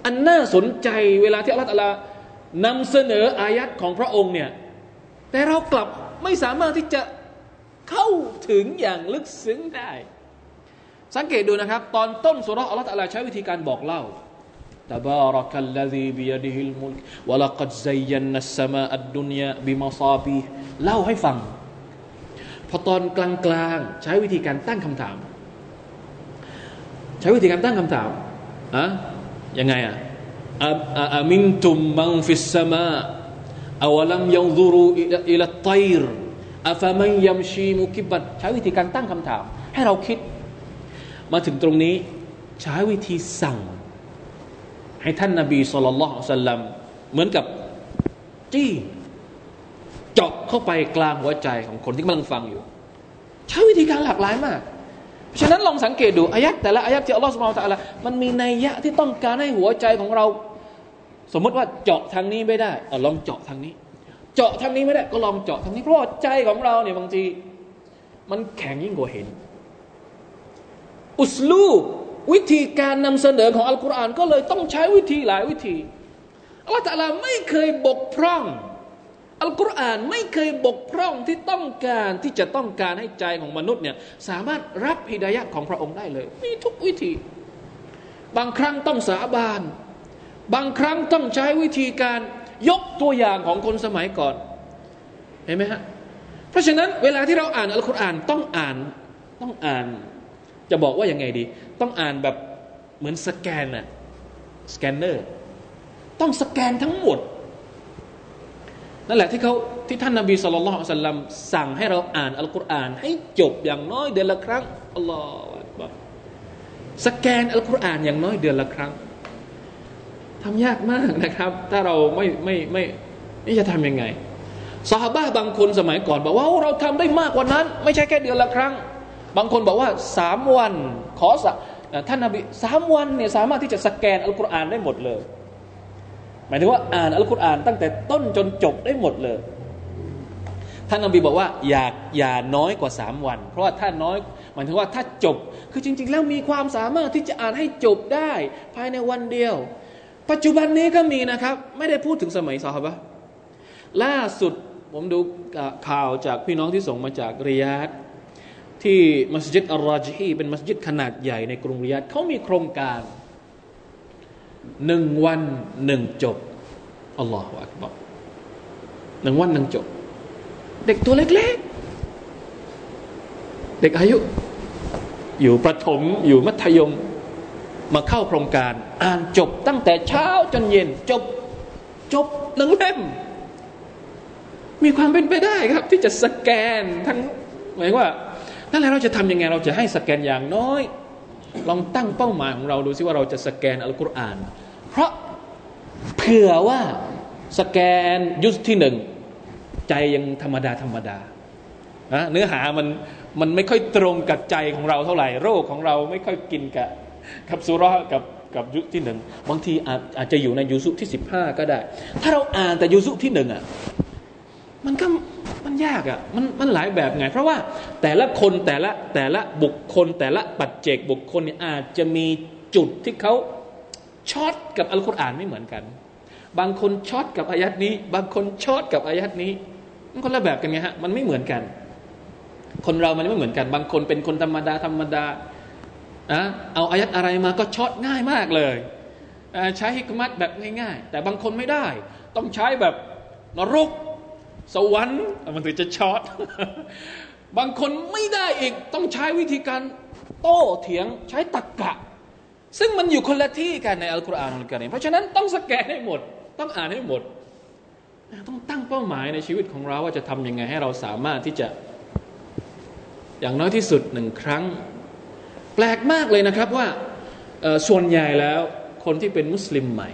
อันน่าสนใจเวลาที่อัลเลาะห์ตะอาลานำเสนออายัดของพระองค์เนี่ยแต่เรากลับไม่สามารถที่จะเข้าถึงอย่างลึกซึ้งได้สังเกตดูนะครับตอนต้นซูเราะห์อัลเลาะห์ตะอาลาใช้วิธีการบอกเล่าตะบารักัลลซีบิยะดิฮิลมุลกวะละกัดซัยยันนัสสมาอัดดุนยาบิมะซาบิฮ์เล่าให้ฟังพอตอนกลางๆใช้วิธีการตั้งคำถามใช้วิธีการตั้งคำถามอะยังไงอ่ะอามินตุมมันฟิสสมาอวลัมยันซุรูอิลัตฏอยรอะฟะมันยัมชีมุกิบัตใช้วิธีการตั้งคำถามให้เราคิดมาถึงตรงนี้ใช้วิธีสั่งให้ท่านนบีศ็อลลัลลอฮุอะลัยฮิวะซัลลัมเหมือนกับจี้เจาะเข้าไปกลางหัวใจของคนที่กำลังฟังอยู่ใช้วิธีการหลากหลายมากเพราะฉะนั้นลองสังเกตดูอายะห์แต่ละอายะห์ที่อัลลอฮฺซุบฮานะฮูวะตะอาลามันมีนัยยะที่ต้องการให้หัวใจของเราสมมติว่าเจาะทางนี้ไม่ได้เอาลองเจาะทางนี้เจาะทางนี้ไม่ได้ก็ลองเจาะทางนี้เพราะว่าใจของเราเนี่ยบางทีมันแข็งยิ่งกว่าเห็นอุสลูบวิธีการนำเสนอของอัลกุรอานก็เลยต้องใช้วิธีหลายวิธีอัลลอฮฺตะอาลาไม่เคยบกพร่องอัลกุรอานไม่เคยบกพร่องที่ต้องการที่จะต้องการให้ใจของมนุษย์เนี่ยสามารถรับฮิดายะห์ของพระองค์ได้เลยมีทุกวิธีบางครั้งต้องสาบานบางครั้งต้องใช้วิธีการยกตัวอย่างของคนสมัยก่อนเห็นไหมฮะเพราะฉะนั้นเวลาที่เราอ่านอัลกุรอานต้องอ่านต้องอ่านจะบอกว่ายังไงดีต้องอ่านแบบเหมือนสแกนน่ะสแกนเนอร์ต้องสแกนทั้งหมดนั่นแหละที่เขาที่ท่านนบีศ็อลลัลลอฮุอะลัยฮิวะซัลลัมสั่งให้เราอ่านอัลกุรอานให้จบอย่างน้อยเดือนละครั้งอัลลอฮฺอักบัรสแกนอัลกุรอานอย่างน้อยเดือนละครั้งทำยากมากนะครับถ้าเราไม่ไม่ไม่นี่จะทำยังไงซอฮาบะห์บางคนสมัยก่อนบอกว่าเราทำได้มากกว่านั้นไม่ใช่แค่เดือนละครั้งบางคนบอกว่าสามวันขอท่านนบีสามวันเนี่ยสามารถที่จะสแกนอัลกุรอานได้หมดเลยหมายถึงว่าอ่านอัลกุรอานตั้งแต่ต้นจนจบได้หมดเลยท่านนบีบอกว่าอย่าอย่าน้อยกว่าสามวันเพราะว่าถ้าน้อยหมายถึงว่าถ้าจบคือจริงๆแล้วมีความสามารถที่จะอ่านให้จบได้ภายในวันเดียวปัจจุบันนี้ก็มีนะครับไม่ได้พูดถึงสมัยซอฮาบะห์ล่าสุดผมดูข่าวจากพี่น้องที่ส่งมาจากริยาดที่มัสยิดอัลราจิฮีเป็นมัสยิดขนาดใหญ่ในกรุงริยาดเขามีโครงการหนึ่งวันหนึ่งจบอัลลอฮฺอักบัรหนึ่งวันหนึ่งจบเด็กตัวเล็กๆเด็กอายุอยู่ประถมอยู่มัธยมมาเข้าโครงการอ่านจบตั้งแต่เช้าจนเย็นจบจบหนึ่งเล่มมีความเป็นไปได้ครับที่จะสแกนทั้งหมายว่านั่นแหละเราจะทำยังไงเราจะให้สแกนอย่างน้อยลองตั้งเป้าหมายของเราดูซิว่าเราจะสแกนอัลกุรอานเพราะเผื่อว่าสแกนยุสที่หนึ่งใจยังธรรมดาธรรมดานะเนื้อหามันมันไม่ค่อยตรงกับใจของเราเท่าไหร่โรคของเราไม่ค่อยกินกับกับซูเราะห์กับกับยุสที่หนึ่งบางทีอาจอาจจะอยู่ในยุสุที่สิบห้าก็ได้ถ้าเราอ่านแต่ยุสุที่หนึ่งอ่ะมันก็มันยากอ่ะมันมันหลายแบบไงเพราะว่าแต่ละคนแต่ละแต่ละบุคคลแต่ละปัจเจกบุคคลเนี่ยอาจจะมีจุดที่เขาช็อตกับอัลกุรอานไม่เหมือนกันบางคนช็อตกับอายัดนี้บางคนช็อตกับอายัดนี้มันคนละแบบกันไงฮะมันไม่เหมือนกันคนเรามันไม่เหมือนกันบางคนเป็นคนธรรมดาธรรมดานะเอาอายัดอะไรมาก็ช็อตง่ายมากเลยใช้ฮิกมัตแบบง่ายๆแต่บางคนไม่ได้ต้องใช้แบบนรกสวรรค์มันถึงจะช็อตบางคนไม่ได้อีกต้องใช้วิธีการโต้เถียงใช้ตรรกะซึ่งมันอยู่คนละที่กันในอัลกุรอานอัลกะรีมเพราะฉะนั้นต้องสแกนให้หมดต้องอ่านให้หมดต้องตั้งเป้าหมายในชีวิตของเราว่าจะทำยังไงให้เราสามารถที่จะอย่างน้อยที่สุดหนึ่งครั้งแปลกมากเลยนะครับว่าส่วนใหญ่แล้วคนที่เป็นมุสลิมใหม่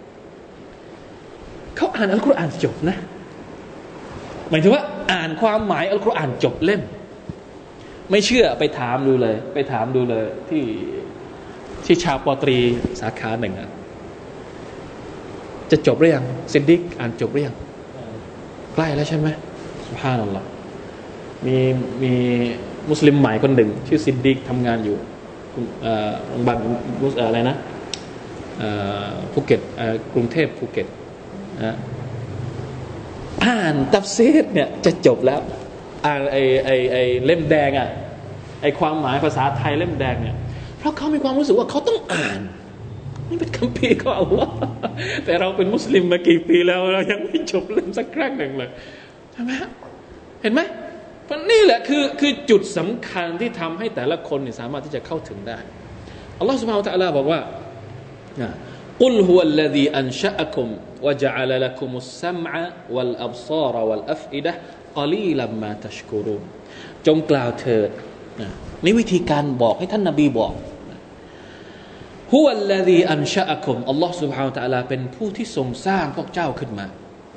เขาอ่านอัลกุรอานจบนะหมายถึงว่าอ่านความหมายอัลกุรอานจบเล่มไม่เชื่อไปถามดูเลยไปถามดูเลยที่ที่ชาวปตรีสาขาหนึ่งอะจะจบหรือยังซินดิกอ่านจบหรือยังใกล้แล้วใช่ไหมซุบฮานัลลอฮ์มีมีมุสลิมใหม่คนหนึ่งชื่อซินดิกทำงานอยู่โรงพยาบาลอะไรนะภูเก็ตกรุงเทพภูเก็ตนะอ่านตัฟซีรเนี่ยจะจบแล้วอ่านไอ้ไอ้ไอ้เล่มแดงอ่ะไอ้ความหมายภาษาไทยเล่มแดงเนี่ยเพราะเขามีความรู้สึกว่าเขาต้องอ่านนี่เป็นคัมภีร์ของอัลลอฮ์แต่เราเป็นมุสลิมมากี่ปีแล้วเรายังไม่จบเล่มสักครั้งหนึ่งเลยใช่ไหมเห็นไหมเพราะนี่แหละคือคือจุดสำคัญที่ทำให้แต่ละคนเนี่ยสามารถที่จะเข้าถึงได้อัลลอฮ์ سبحانه และ تعالى บอกว่ากุลฮุวัลลซีอันชะอะกุมวะญะอะละละกุมุสซัมอะวัลอับศาระวัลอัฟอิดะฮ์กะลีลัมมาตัชกุรูนจงกล่าวเถิดนี่วิธีการบอกให้ท่านนบีบอกฮุวัลลซีอันชะอะกุมอัลลอฮ์ سبحانه และ تعالى เป็นผู้ที่ทรงสร้างพวกเจ้าขึ้นมา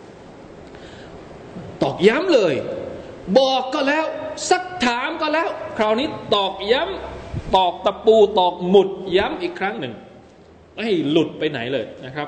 ตอกย้ำเลยบอกก็แล้วซักถามก็แล้วคราวนี้ตอกย้ำตอกตะปูตอกหมุดย้ำอีกครั้งหนึ่งไม่ให้หลุดไปไหนเลยนะครับ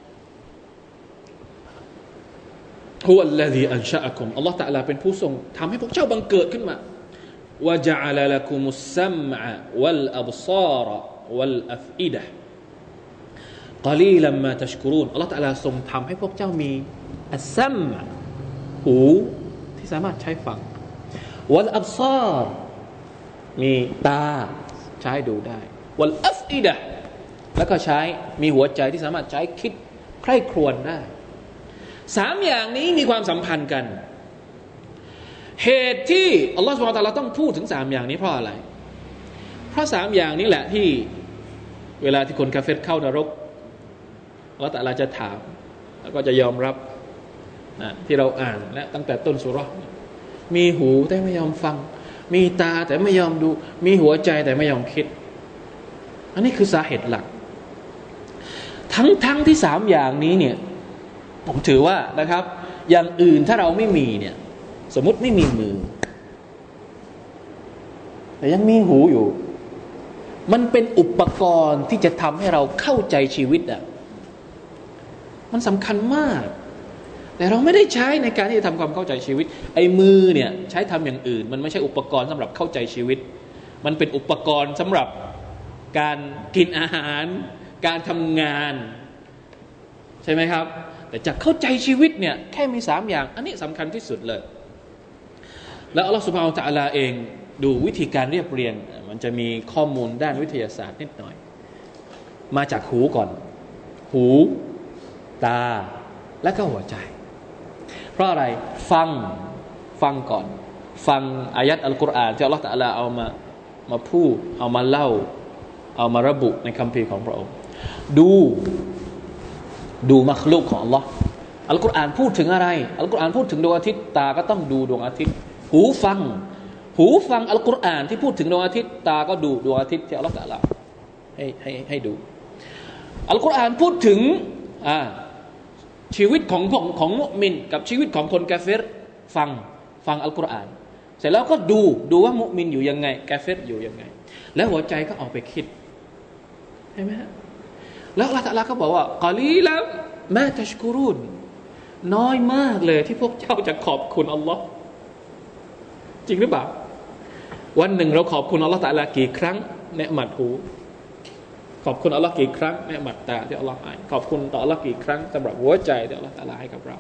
ฮุวัลลซีอันชะอะกุมอัลลอฮฺตะอาลาเป็นผู้ทรงทำให้พวกเจ้าบังเกิดขึ้นมาวะญะอะละละกุมุสซัมอะวัลอับศาระวัลอัฟอิดะฮ์กะลีลัมมาตัชกุรูนอัลลอฮฺตะอาลาทรงทำให้พวกเจ้ามีอัสซัมหูที่สามารถใช้ฟังวัลอับซาร์มีตาใช้ดูได้วัลอัฟอิดะฮ์แล้วก็ใช้มีหัวใจที่สามารถใช้คิดใคร่ครวญได้สามอย่างนี้มีความสัมพันธ์กันเหตุที่อัลลอฮฺซุบฮานะฮูวะตะอาลาต้องพูดถึงสามอย่างนี้เพราะอะไรเพราะสามอย่างนี้แหละที่เวลาที่คนกาเฟรเข้านรกอัลลอฮฺตะอาลาจะถามแล้วก็จะยอมรับนะที่เราอ่านและตั้งแต่ต้นสุเราะห์มีหูแต่ไม่ยอมฟังมีตาแต่ไม่ยอมดูมีหัวใจแต่ไม่ยอมคิดอันนี้คือสาเหตุหลักทั้งทั้งที่สามอย่างนี้เนี่ยผมถือว่านะครับอย่างอื่นถ้าเราไม่มีเนี่ยสมมุติไม่มีมือแต่ยังมีหูอยู่มันเป็นอุปกรณ์ที่จะทำให้เราเข้าใจชีวิตอ่ะมันสำคัญมากแต่เราไม่ได้ใช้ในการที่จะทำความเข้าใจชีวิตไอ้มือเนี่ยใช้ทำอย่างอื่นมันไม่ใช่อุปกรณ์สำหรับเข้าใจชีวิตมันเป็นอุปกรณ์สำหรับการกินอาหารการทำงานใช่ไหมครับแต่จะเข้าใจชีวิตเนี่ยแค่มีสามอย่างอันนี้สำคัญที่สุดเลยแล้วอัลลอฮฺซุบฮานะฮูวะตะอาลาเองดูวิธีการเรียบเรียงมันจะมีข้อมูลด้านวิทยาศาสตร์นิดหน่อยมาจากหูก่อนหูตาและก็หัวใจเพราะอะไรฟังฟังก่อนฟังอายัดอัลกุรอานที่อัลลอฮฺตะอาลาเอามามาพูดเอามาเล่าเอามาระบุในคัมภีร์ของพระองค์ดูดูมัคลุกของอัลลอฮ์อัลกุรอานพูดถึงอะไรอัลกุรอานพูดถึงดวงอาทิตย์ตาก็ต้องดูดวงอาทิตย์หูฟังหูฟังอัลกุรอานที่พูดถึงดวงอาทิตย์ตาก็ดูดวงอาทิตย์ที่อัลลอฮ์ตะอาลาให้ให้ให้ดูอัลกุรอานพูดถึงอ่าชีวิตของของของมุมินกับชีวิตของคนกาเฟรฟังฟังอัลกุรอานเสร็จแล้วก็ดูดูว่ามุมินอยู่ยังไงกาเฟรอยู่ยังไงแล้วหัวใจก็ออกไปคิดใช่ไหมฮะแล้วอัลลอฮฺตะอาลาก็บอกว่ากอลีลัมมาตัชกุรูนน้อยมากเลยที่พวกเจ้าจะขอบคุณอัลลอฮ์จริงหรือเปล่าวันหนึ่งเราขอบคุณอัลลอฮฺตะอาลากี่ครั้งเนืมัดหูขอบคุณอัลลอฮ์กี่ครั้งเนืมัดตาที่อัลลอฮ์ให้ขอบคุณต่ออัลลอฮ์กี่ครั้งสำหรับหัวใจที่อัลลอฮฺตะอาลาให้กับเรา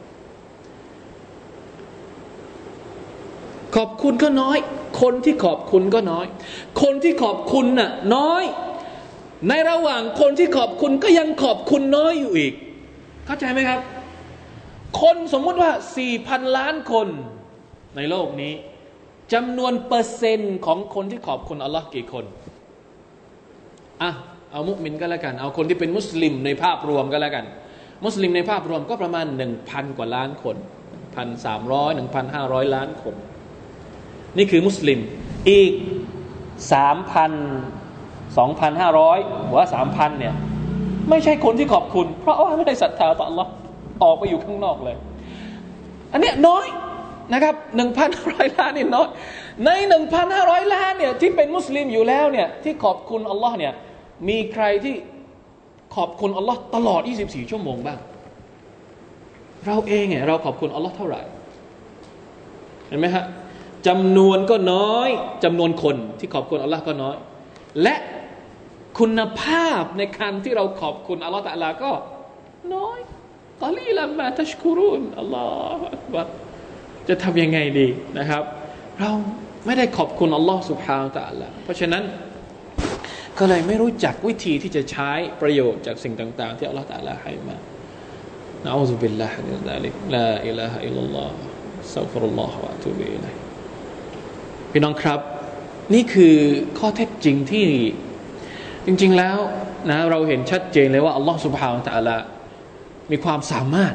ขอบคุณก็น้อยคนที่ขอบคุณก็น้อยคนที่ขอบคุณน่ะน้อยในระหว่างคนที่ขอบคุณก็ยังขอบคุณน้อยอยู่อีกเข้าใจไหมครับคนสมมุติว่า สี่พัน ล้านคนในโลกนี้จำนวนเปอร์เซ็นต์ของคนที่ขอบคุณอัลลอฮ์กี่คนอ่ะเอามุมินก็แล้วกันเอาคนที่เป็นมุสลิมในภาพรวมก็แล้วกันมุสลิมในภาพรวมก็ประมาณ หนึ่งพัน กว่าล้านคน หนึ่งพันสามร้อย หนึ่งพันห้าร้อย ล้านคนนี่คือมุสลิมอีก สามพันสองพันห้าร้อย หรือว่า สามพัน เนี่ยไม่ใช่คนที่ขอบคุณเพราะว่าไม่ได้ศรัทธาต่ออัลเลาะห์ออกไปอยู่ข้างนอกเลยอันเนี้ยน้อยนะครับ หนึ่งพันห้าร้อย ล้านนี่น้อยใน หนึ่งพันห้าร้อย ล้านเนี่ยที่เป็นมุสลิมอยู่แล้วเนี่ยที่ขอบคุณอัลเลาะห์เนี่ยมีใครที่ขอบคุณอัลเลาะห์ตลอดยี่สิบสี่ชั่วโมงบ้างเราเองเนี่ยเราขอบคุณอัลเลาะห์เท่าไหร่เห็นไหมฮะจำนวนก็น้อยจำนวนคนที่ขอบคุณอัลเลาะห์ก็น้อยและคุณภาพในการที่เราขอบคุณอัลลอฮฺตะอาลาก็น้อยกอลีลัมมาตัชกุรุนอัลลอฮฺอักบัรจะทำยังไงดีนะครับเราไม่ได้ขอบคุณอัลลอฮฺ سبحانه และ تعالى เพราะฉะนั้นก็เลยไม่รู้จักวิธีที่จะใช้ประโยชน์จากสิ่งต่างๆที่อัลลอฮฺ تعالى ให้มานะอูซุบิลลาฮิมินซาลิกลาอิลาฮะอิลลัลลอฮอัสตัฆฟิรุลลอฮะวะอะตูบิอิลัยฮิพี่น้องครับนี่คือข้อเท็จจริงที่จริงๆแล้วนะเราเห็นชัดเจนเลยว่าอัลลอฮฺ سبحانه และ تعالى มีความสามารถ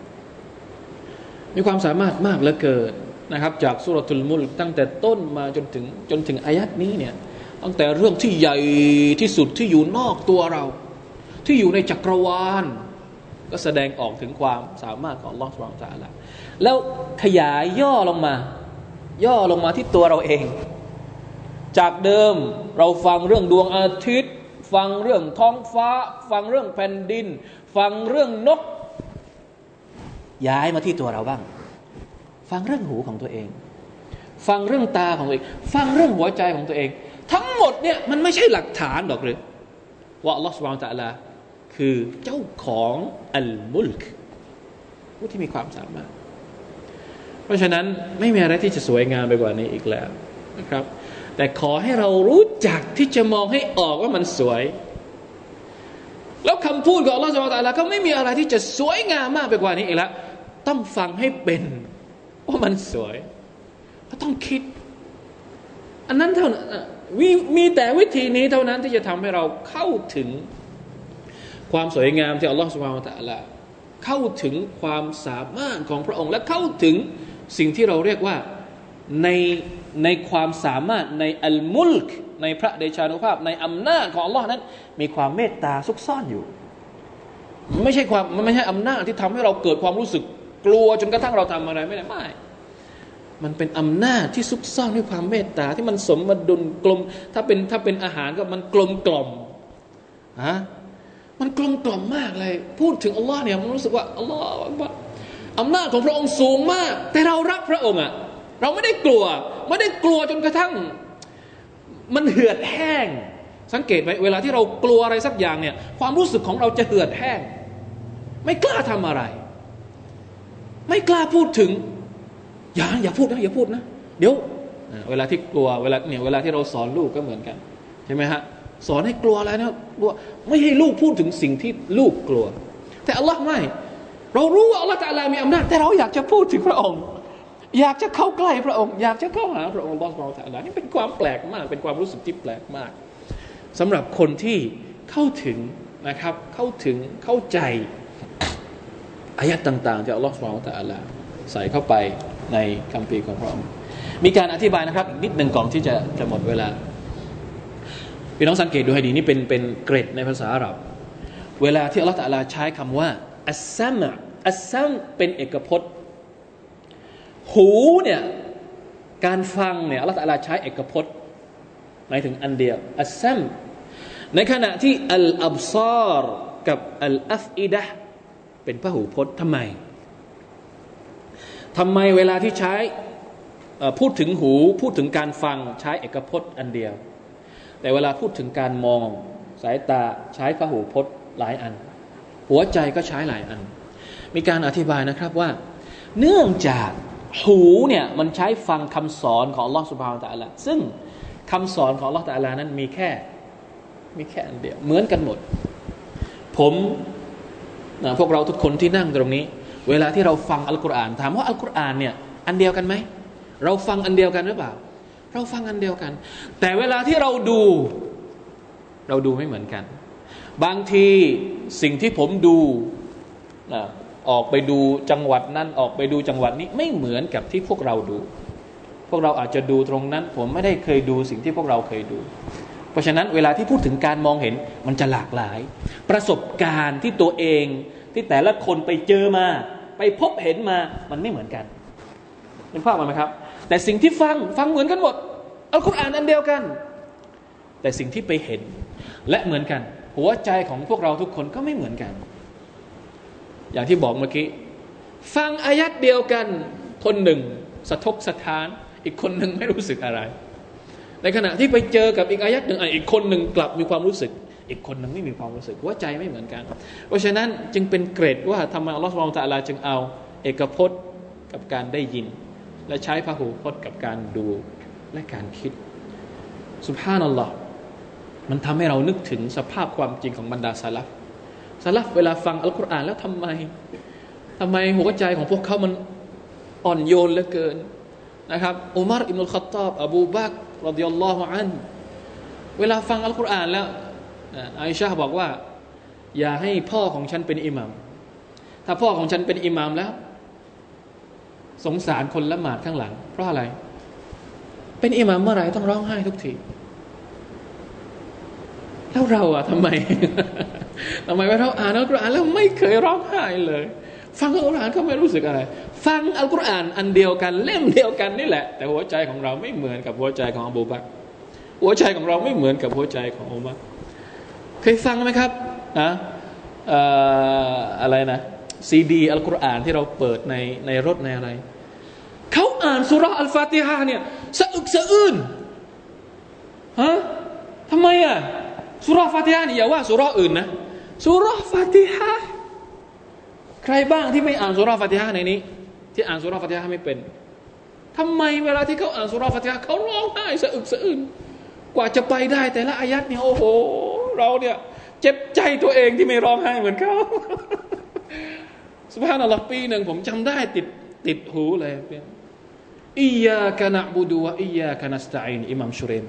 มีความสามารถมากเหลือเกินนะครับจากซูเราะตุลมุลกตั้งแต่ต้นมาจนถึงจนถึงอายัดนี้เนี่ยตั้งแต่เรื่องที่ใหญ่ที่สุดที่อยู่นอกตัวเราที่อยู่ในจักรวาลก็แสดงออกถึงความสามารถของอัลเลาะห์ซุบฮานะฮูวะตะอาลาแล้วขยายย่อลงมาย่อลงมาที่ตัวเราเองจากเดิมเราฟังเรื่องดวงอาทิตย์ฟังเรื่องท้องฟ้าฟังเรื่องแผ่นดินฟังเรื่องนกย้ายมาที่ตัวเราบ้างฟังเรื่องหูของตัวเองฟังเรื่องตาของตัวเองฟังเรื่องหัวใจของตัวเองทั้งหมดเนี่ยมันไม่ใช่หลักฐานหรอกหรือว่าอัลลอฮฺซุบฮานะฮูวะตะอาลาคือเจ้าของอัลมุลกผู้ที่มีความสามารถเพราะฉะนั้นไม่มีอะไรที่จะสวยงามไปกว่านี้อีกแล้วนะครับแต่ขอให้เรารู้จักที่จะมองให้ออกว่ามันสวยแล้วคำพูดของอัลลอฮฺซุบฮานะฮูวะตะอาลาก็ไม่มีอะไรที่จะสวยงามมากไปกว่านี้อีกแล้วต้องฟังให้เป็นว่ามันสวยก็ต้องคิดอันนั้นเท่านั้นมีมีแต่วิธีนี้เท่านั้นที่จะทำให้เราเข้าถึงความสวยงามที่อัลลอฮฺซุบฮานะฮูวะตะอาลาเข้าถึงความสามารถของพระองค์และเข้าถึงสิ่งที่เราเรียกว่าในในความสามารถในอัลมุลกในพระเดชานุภาพในอำนาจของอัลลอฮ์นั้นมีความเมตตาซุกซ่อนอยู่ไม่ใช่ความมันไม่ใช่อำนาจที่ทำให้เราเกิดความรู้สึกกลัวจนกระทั่งเราทำอะไรไม่ได้ไม่มันเป็นอำนาจที่ซุกซ่อนด้วยความเมตตาที่มันสมดุลกลมถ้าเป็นถ้าเป็นอาหารก็มันกลมกล่อมฮะมันกลมกล่อมมากเลยพูดถึงอัลลอฮ์เนี่ยมันรู้สึกว่าอัลลอฮ์อำนาจของพระองค์สูงมากแต่เรารักพระองค์อ่ะเราไม่ได้กลัวไม่ได้กลัวจนกระทั่งมันเหือดแห้งสังเกตไหมเวลาที่เรากลัวอะไรสักอย่างเนี่ยความรู้สึกของเราจะเหือดแห้งไม่กล้าทำอะไรไม่กล้าพูดถึงอย่าอย่าพูดนะอย่าพูดนะเดี๋ยวเวลาที่กลัวเวลาเนี่ยเวลาที่เราสอนลูกก็เหมือนกันใช่ไหมฮะสอนให้กลัวอะไรนะกลัวไม่ให้ลูกพูดถึงสิ่งที่ลูกกลัวแต่อัลลอฮ์ไม่เรารู้ว่าอัลลอฮ์ตะอาลามีอำนาจแต่เราอยากจะพูดถึงพระองค์อยากจะเข้าใกล้พระองค์อยากจะเข้าหาพระองค์อัลลอฮ์ซุบฮานะฮูวะตะอาลานี่เป็นความแปลกมากเป็นความรู้สึกที่แปลกมากสำหรับคนที่เข้าถึงนะครับเข้าถึงเข้าใจอายะห์ต่างๆที่อัลลอฮ์ซุบฮานะฮูวะตะอาลาใส่เข้าไปในคัมภีร์ของพระองค์มีการอธิบายนะครับอีกนิดหนึ่งก่อนที่จะจะหมดเวลาพี่น้องสังเกตดูให้ดีนี่เป็นเป็นเกรดในภาษาอาหรับเวลาที่อัลลอฮ์ตะอาลาใช้คำว่าอัสซัมอัสซัมเป็นเอกพจน์หูเนี่ยการฟังเนี่ยอัลลอฮ์ตะอาลาใช้เอกพจน์หมายถึงอันเดียวอัสซัมในขณะที่อัลอับซาร์กับอัลอัฟอิดะห์เป็นพหูพจน์ทำไมทำไมเวลาที่ใช้พูดถึงหูพูดถึงการฟังใช้เอกพจน์อันเดียวแต่เวลาพูดถึงการมองสายตาใช้พหูพจน์หลายอันหัวใจก็ใช้หลายอันมีการอธิบายนะครับว่าเนื่องจากหูเนี่ยมันใช้ฟังคำสอนของอัลลอฮฺซุบฮานะฮูวะตะอาลาซึ่งคำสอนของอัลลอฮฺตะอาลานั้นมีแค่มีแค่อันเดียวเหมือนกันหมดผมนะพวกเราทุกคนที่นั่งตรงนี้เวลาที่เราฟังอัลกุรอานถามว่าอัลกุรอานเนี่ยอันเดียวกันไหมเราฟังอันเดียวกันหรือเปล่าเราฟังอันเดียวกันแต่เวลาที่เราดูเราดูไม่เหมือนกันบางทีสิ่งที่ผมดูนะออกไปดูจังหวัดนั้นออกไปดูจังหวัดนี้ไม่เหมือนกับที่พวกเราดูพวกเราอาจจะดูตรงนั้นผมไม่ได้เคยดูสิ่งที่พวกเราเคยดูเพราะฉะนั้นเวลาที่พูดถึงการมองเห็นมันจะหลากหลายประสบการณ์ที่ตัวเองที่แต่ละคนไปเจอมาไปพบเห็นมามันไม่เหมือนกันเป็นภาพไหมครับแต่สิ่งที่ฟังฟังเหมือนกันหมดอัลกุรอานอันเดียวกันแต่สิ่งที่ไปเห็นและเหมือนกันหัวใจของพวกเราทุกคนก็ไม่เหมือนกันอย่างที่บอกเมื่อกี้ฟังอายัดเดียวกันคนหนึ่งสะทกสะท้านอีกคนหนึ่งไม่รู้สึกอะไรในขณะที่ไปเจอกับอีกอายัดหนึ่งอีกคนหนึ่งกลับมีความรู้สึกอีกคนหนึ่งไม่มีความรู้สึกหัวใจไม่เหมือนกันเพราะฉะนั้นจึงเป็นเกรดว่าทำไมอัลลอฮฺซุบฮานะฮูวะตะอาลาจึงเอาเอกพจน์กับการได้ยินและใช้พหูพจน์กับการดูและการคิดซุบฮานัลลอฮ์มันทำให้เรานึกถึงสภาพความจริงของบรรดาซะลัฟซะลัฟเวลาฟังอัลกุรอานแล้วทำไมทำไมหัวใจของพวกเขามันอ่อนโยนเหลือเกินนะครับอุมัรอิบนุลค็อฏฏอบอบูบักรรอฎิยัลลอฮุอันฮุเวลาฟังอัลกุรอานแล้วอาอิชะห์บอกว่าอย่าให้พ่อของฉันเป็นอิหมัมถ้าพ่อของฉันเป็นอิหมัมแล้วสงสารคนละหมาดข้างหลังเพราะอะไรเป็นอิหมัมเมื่อไหร่ต้องร้องไห้ทุกทีแล้วเราอะทำไม ทำไมว่าเราอ่านอัลกุรอานแล้วไม่เคยร้องไห้เลยฟังอัลกุรอานก็ไม่รู้สึกอะไรฟังอัลกุรอานอันเดียวกันเล่มเดียวกันนี่แหละแต่หัวใจของเราไม่เหมือนกับหัวใจของอบูบักรหัวใจของเราไม่เหมือนกับหัวใจของอุมัรเคยฟังไหมครับนะอะไรนะซีดีอัลกุรอานที่เราเปิดในในรถในอะไรเขาอ่านซูเราะห์อัลฟาติฮะห์เนี่ยสะอึกสะอื้นฮะทำไมอ่ะซูเราะห์ฟาติฮะห์นี่อย่าว่าซูเราะห์อื่นนะซูเราะห์ฟาติฮะห์ใครบ้างที่ไม่อ่านซูเราะห์ฟาติฮะห์ในนี้ที่อ่านซูเราะห์ฟาติฮะห์ไม่เป็นทำไมเวลาที่เขาอ่านซูเราะห์ฟาติฮะห์เขาร้องไห้สะอึกสะอื้นกว่าจะไปได้แต่ละอายัดเนี่ยโอ้โหเราเนี่ยเจ็บใจตัวเองที่ไม่ร้องไห้เหมือนเขาซุบฮานัลลอฮ์ปีหนึ่งผมจำได้ติดติดหูเลยอิยยากะนะอ์บุดุวะอิยยากะนัสตะอีนอิหม่ามชุเรม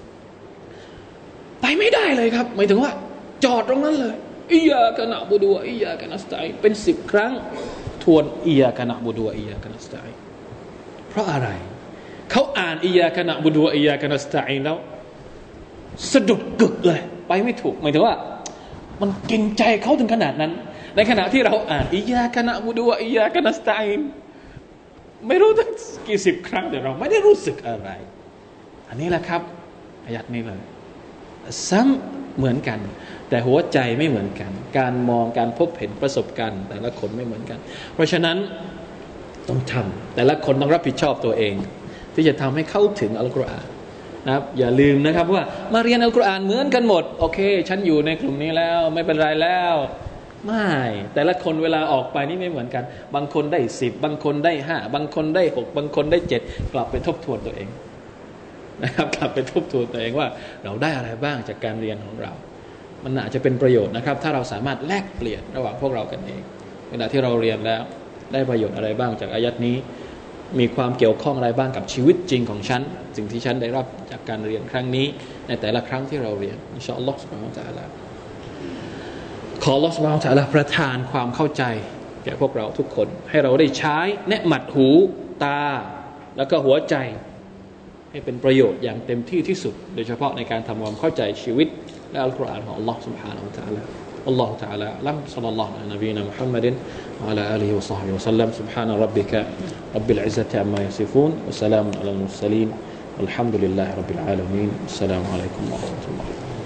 ไปไม่ได้เลยครับหมายถึงว่าจอดตรงนั้นเลยอิยยากะนะอ์บุดุวะอิยยากะนัสตะอีนเป็นสิบครั้งทวนอิยยากะนะอ์บุดุวะอิยยากะนัสตะอีนเพราะอะไรเขาอ่านอิยยากะนะอ์บุดุวะอิยยากะนัสตะอีนแล้วสะดุดกึกเลยไปไม่ถูกหมายถึงว่ามันกินใจเขาถึงขนาดนั้นในขณะที่เราอ่านอิยยากะนะอ์บุดุวะอิยยากะนัสตะอีนไม่รู้ตั้งกี่สิบครั้งแต่เราไม่ได้รู้สึกอะไรอันนี้แหละครับอายัดนี้เลยซ้ำเหมือนกันแต่หัวใจไม่เหมือนกันการมองการพบเห็นประสบการณ์แต่ละคนไม่เหมือนกันเพราะฉะนั้นต้องทำแต่ละคนต้องรับผิดชอบตัวเองที่จะทำให้เข้าถึงอัลกุรอานนะครับอย่าลืมนะครับว่ามาเรียนอัลกุรอานเหมือนกันหมดโอเคฉันอยู่ในกลุ่มนี้แล้วไม่เป็นไรแล้วไม่แต่ละคนเวลาออกไปนี่ไม่เหมือนกันบางคนได้สิบบางคนได้ห้าบางคนได้หกบางคนได้เจ็ดกลับไปทบทวนตัวเองนะครับกลับไปทบทวนตัวเองว่าเราได้อะไรบ้างจากการเรียนของเรามันอาจจะเป็นประโยชน์นะครับถ้าเราสามารถแลกเปลี่ยนระหว่างพวกเรากันเองเวลาที่เราเรียนแล้วได้ประโยชน์อะไรบ้างจากอายัดนี้มีความเกี่ยวข้องอะไรบ้างกับชีวิตจริงของฉันสิ่งที่ฉันได้รับจากการเรียนครั้งนี้ในแต่ละครั้งที่เราเรียนอินชาอัลลอฮฺซุบฮานะฮูวะตะอาลาขออัลลอฮฺซุบฮานะฮูวะตะอาลาประทานความเข้าใจแก่พวกเราทุกคนให้เราได้ใช้เนืหมัดหูตาแล้วก็หัวใจให้เป็นประโยชน์อย่างเต็มที่ที่สุดโดยเฉพาะในการทำความเข้าใจชีวิตและอัลกุรอานของอัลลอฮฺซุบฮานะฮูวะตะอาลาوالله تعالى أعلم صلى الله على نبينا محمد وعلى آله وصحبه وسلم سبحان ربك رب العزة عما يصفون وسلام على المرسلين والحمد لله رب العالمين السلام عليكم ورحمة الله